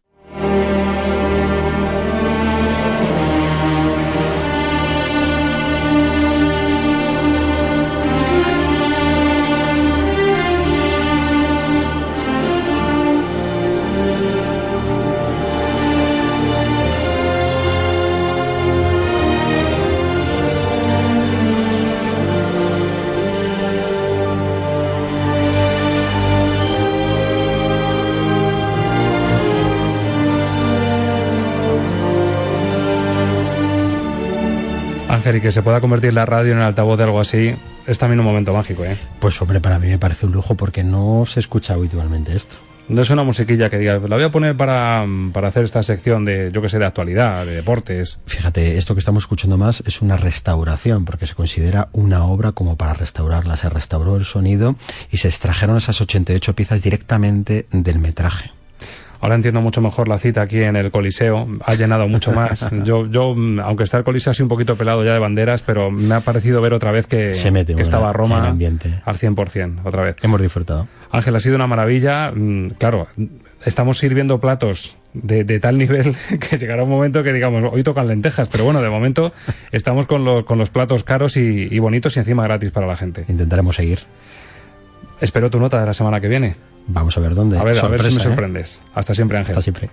[SPEAKER 12] Y que se pueda convertir la radio en el altavoz de algo así, es también un momento mágico, ¿eh?
[SPEAKER 8] Pues hombre, para mí me parece un lujo porque no se escucha habitualmente esto.
[SPEAKER 12] No es una musiquilla que diga, la voy a poner para, para hacer esta sección de, yo que sé, de actualidad, de deportes.
[SPEAKER 8] Fíjate, esto que estamos escuchando más es una restauración, porque se considera una obra como para restaurarla. Se restauró el sonido y se extrajeron esas ochenta y ocho piezas directamente del metraje.
[SPEAKER 12] Ahora entiendo mucho mejor la cita aquí en el Coliseo, ha llenado mucho más. Yo, yo aunque está el Coliseo así un poquito pelado ya de banderas, pero me ha parecido ver otra vez que,
[SPEAKER 8] Se mete,
[SPEAKER 12] que
[SPEAKER 8] bueno,
[SPEAKER 12] estaba Roma
[SPEAKER 8] el ambiente
[SPEAKER 12] al cien por cien, otra vez.
[SPEAKER 8] Hemos disfrutado.
[SPEAKER 12] Ángel, ha sido una maravilla. Claro, estamos sirviendo platos de, de tal nivel que llegará un momento que digamos, hoy tocan lentejas, pero bueno, de momento estamos con, lo, con los platos caros y, y bonitos y encima gratis para la gente.
[SPEAKER 8] Intentaremos seguir.
[SPEAKER 12] Espero tu nota de la semana que viene.
[SPEAKER 8] Vamos a ver dónde.
[SPEAKER 12] A ver,
[SPEAKER 8] Sorpresa,
[SPEAKER 12] a ver si me
[SPEAKER 8] ¿eh?
[SPEAKER 12] sorprendes. Hasta siempre, Ángel.
[SPEAKER 8] Hasta siempre.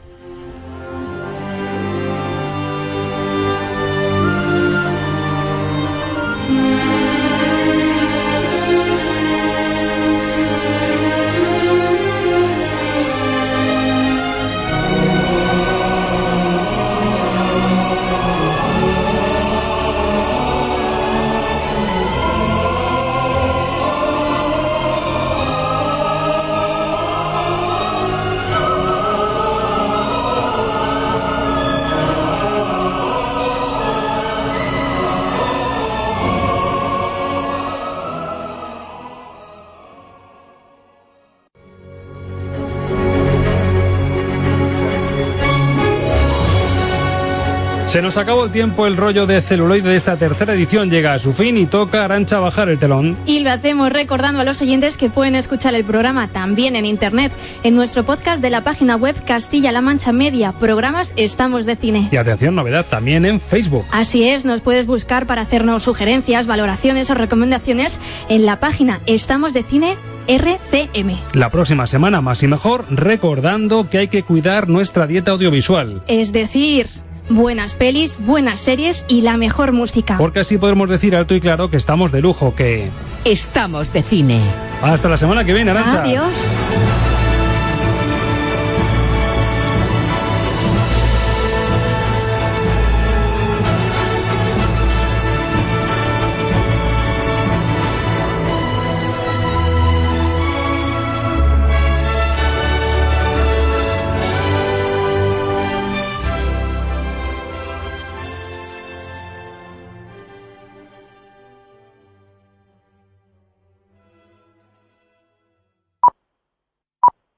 [SPEAKER 12] Se nos acabó el tiempo, el rollo de celuloide de esta tercera edición llega a su fin y toca, Arantxa, bajar el telón.
[SPEAKER 17] Y lo hacemos recordando a los oyentes que pueden escuchar el programa también en internet, en nuestro podcast de la página web Castilla-La Mancha Media, programas Estamos de Cine.
[SPEAKER 12] Y atención, novedad, también en Facebook.
[SPEAKER 17] Así es, nos puedes buscar para hacernos sugerencias, valoraciones o recomendaciones en la página Estamos de Cine R C M.
[SPEAKER 12] La próxima semana más y mejor, recordando que hay que cuidar nuestra dieta audiovisual.
[SPEAKER 17] Es decir, buenas pelis, buenas series y la mejor música.
[SPEAKER 12] Porque así podremos decir alto y claro que estamos de lujo, que...
[SPEAKER 2] Estamos de cine.
[SPEAKER 12] Hasta la semana que viene, Arantxa.
[SPEAKER 17] Adiós.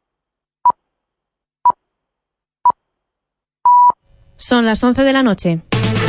[SPEAKER 1] Son las once de la noche.